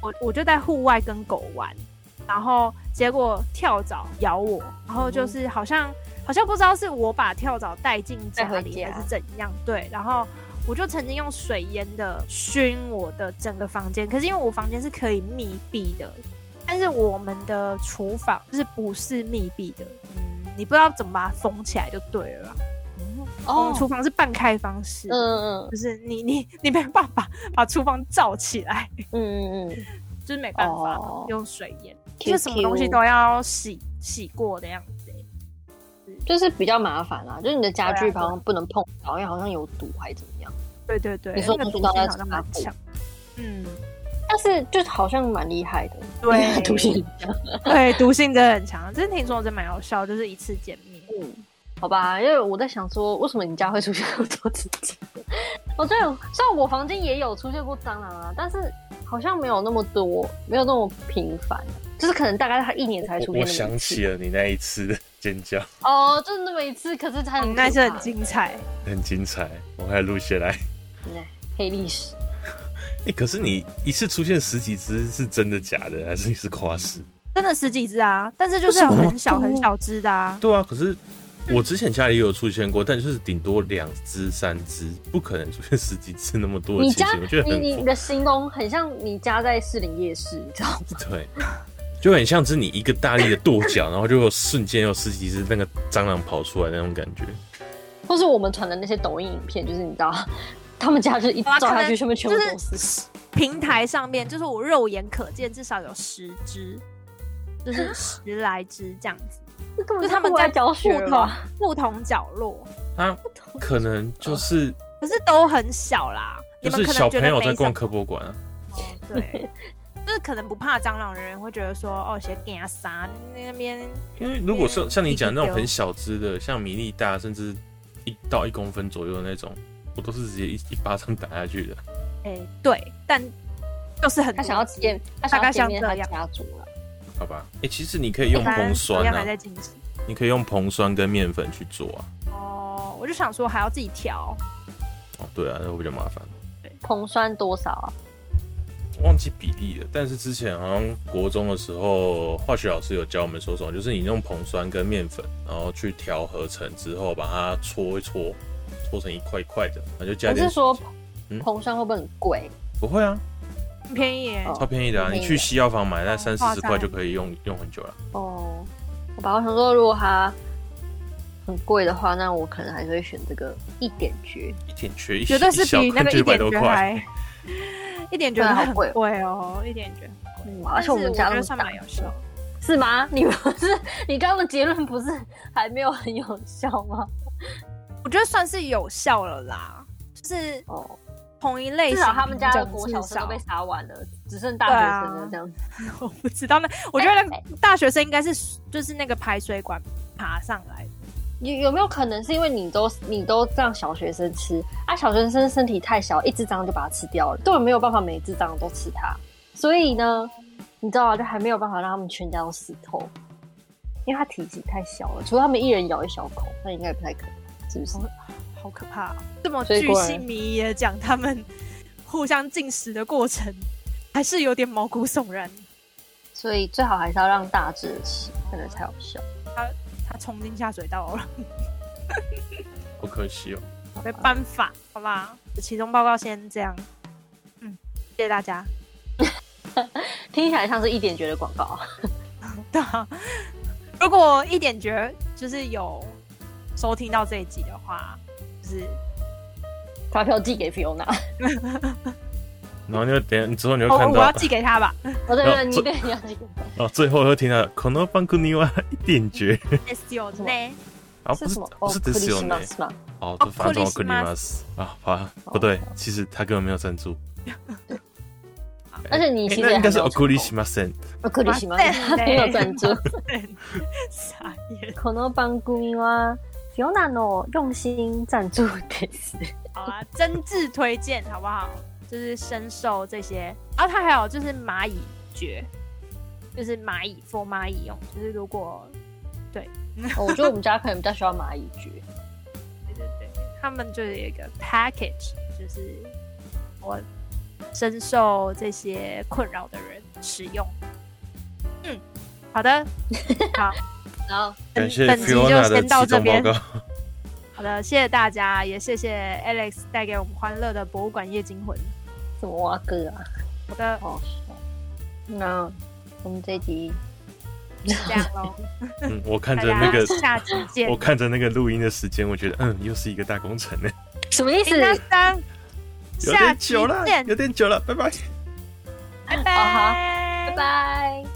我我就在户外跟狗玩，然后结果跳蚤咬我，然后就是好像、嗯、好像不知道是我把跳蚤带进家里还是怎样，对，然后我就曾经用水烟的熏我的整个房间，可是因为我房间是可以密闭的，但是我们的厨房就是不是密闭的，嗯，你不知道怎么把它封起来就对了啦。哦，我们厨房是半开放式，嗯嗯，就是你你你没办法把厨房罩起来，嗯嗯嗯，就是没办法、哦、用水烟，就是什么东西都要洗洗过的样子， 就是比较麻烦啦，就是你的家具好像不能碰到，因为好像有毒还是怎么样。 对对对， 你说那个毒性好像蛮强，嗯， 但是就是好像蛮厉害的， 对， 毒性很强， 对，毒性真的很强，真的听说真蛮有效，就是一次歼灭，嗯。 好吧，因为我在想说，为什么你家会出现那么多只蟑螂？我真的，虽然我房间也有出现过蟑螂啊，但是好像没有那么多，没有那么频繁，就是可能大概它一年才出现那么一次。 我想起了你那一次的尖叫。 哦，就是那么一次，可是它很、 嗯、那一次很精彩， 很精彩，我还录下来。 黑历史。 哎、欸，可是你一次出现十几只，是真的假的，还是你是夸饰？ 真的十几只啊，但是就是有很小很小只的啊。 对啊，可是。我之前家里也有出现过，但就是顶多两只、三只，不可能出现十几只那么多的情形。我觉得很你你的形容很像你家在士林夜市，你知道吗？ 对，就很像是你一个大力的跺脚，然后就有瞬间有十几只那个蟑螂跑出来那种感觉。 或是我们传的那些抖音影片，就是你知道，他们家就一照下去，上面全部都是。 是平台上面，就是我肉眼可见至少有十只，就是十来只这样子。就他们在教学不同不同角落， 啊，可能就是， 可是都很小啦。 就是小朋友在逛科博馆啊。 哦，对，就是可能不怕蟑螂的人会觉得说，哦，先给它杀那边。 因为如果是像你讲那种很小只的，像米粒大，甚至一到一公分左右的那种，我都是直接一一巴掌打下去的。 哎、欸，对，但就是很他想要见，他想要见面他家族了。 好吧，哎、欸，其实你可以用硼酸啊，你可以用硼酸跟面粉去做啊。 哦，我就想说还要自己调。 哦，对啊，那会比较麻烦。 硼酸多少啊？ 忘记比例了，但是之前好像国中的时候，化学老师有教我们说什么，就是你用硼酸跟面粉，然后去调合成之后，把它搓一搓，搓成一块一块的，然后就加点。 你是说硼酸会不会很贵？ 不会啊。 很便宜耶， 超便宜的啊！你去西药房买，那三四十块就可以用用很久了。 哦，好吧，我想说，如果它很贵的话，那我可能还是会选这个一点绝。 一点绝， 绝对是比那个一点绝还，一点绝很贵哦，一点绝很贵。 嗯，而且我们家那么大， 有效是吗？你不是你刚刚的结论不是还没有很有效吗？ 我觉得算是有效了啦，就是哦。同一类型， 至少他们家的国小生都被杀完了，只剩大学生了这样子。 啊、我不知道那，我觉得那大学生应该是就是那个排水管爬上来。 有有没有可能是因为你都你都让小学生吃啊？小学生身体太小，一只蟑螂就把它吃掉了，根本没有办法每只蟑螂都吃它。所以呢，你知道啊，就还没有办法让他们全家都死透，因为它体积太小了，除了他们一人咬一小口，那应该也不太可能，是不是？ 好可怕、哦！这么巨细靡遗的讲他们互相进食的过程，还是有点毛骨悚然。 所以最好还是要让大只的吃，可能才有效。 他他冲进下水道了， 好可惜哦。 没办法，好吧。期中报告先这样，嗯，谢谢大家。 听起来像是一点绝的广告。 对啊，如果一点绝就是有收听到这一集的话。就是发票寄给 Fiona， 然后你就等你之后你就看到、 哦、我要寄给他吧。 哦对对，你对你要寄给他。 哦，最后会听到この番組は一点绝。 ですよね。 啊，不是不是ですよね。哦，这反正我跟你们啊，好，不对，其实他根本没有赞助。 而且你其实应该是お送りしません。 お送りしません，他没有赞助。 傻眼。 この番組は。Fiona の用心赞助です。 好啊，真挚推荐好不好？就是深受这些，然后它还有就是蚂蚁蕨，就是蚂蚁 for 蚂蚁用，就是如果对、 哦，我觉得我们家可能比较需要蚂蚁蕨。 对对对，他们就是有一个 package， 就是我深受这些困扰的人使用。嗯，好的，好， 好， 感谢本集就 Fiona 的先到期这边中报告。 好的，谢谢大家，也谢谢 Alex 带给我们欢乐的博物馆夜惊魂。 什么蛙哥啊？ 好的， 好笑。那我们这一集就这样喽， 嗯，我看大着那个家下集见。 我看着那个录音的时间，我觉得嗯，又是一个大工程呢， 什么意思？ 那三， 有下集点久了， 见， 有点久了，拜拜。 拜好好拜， 拜拜。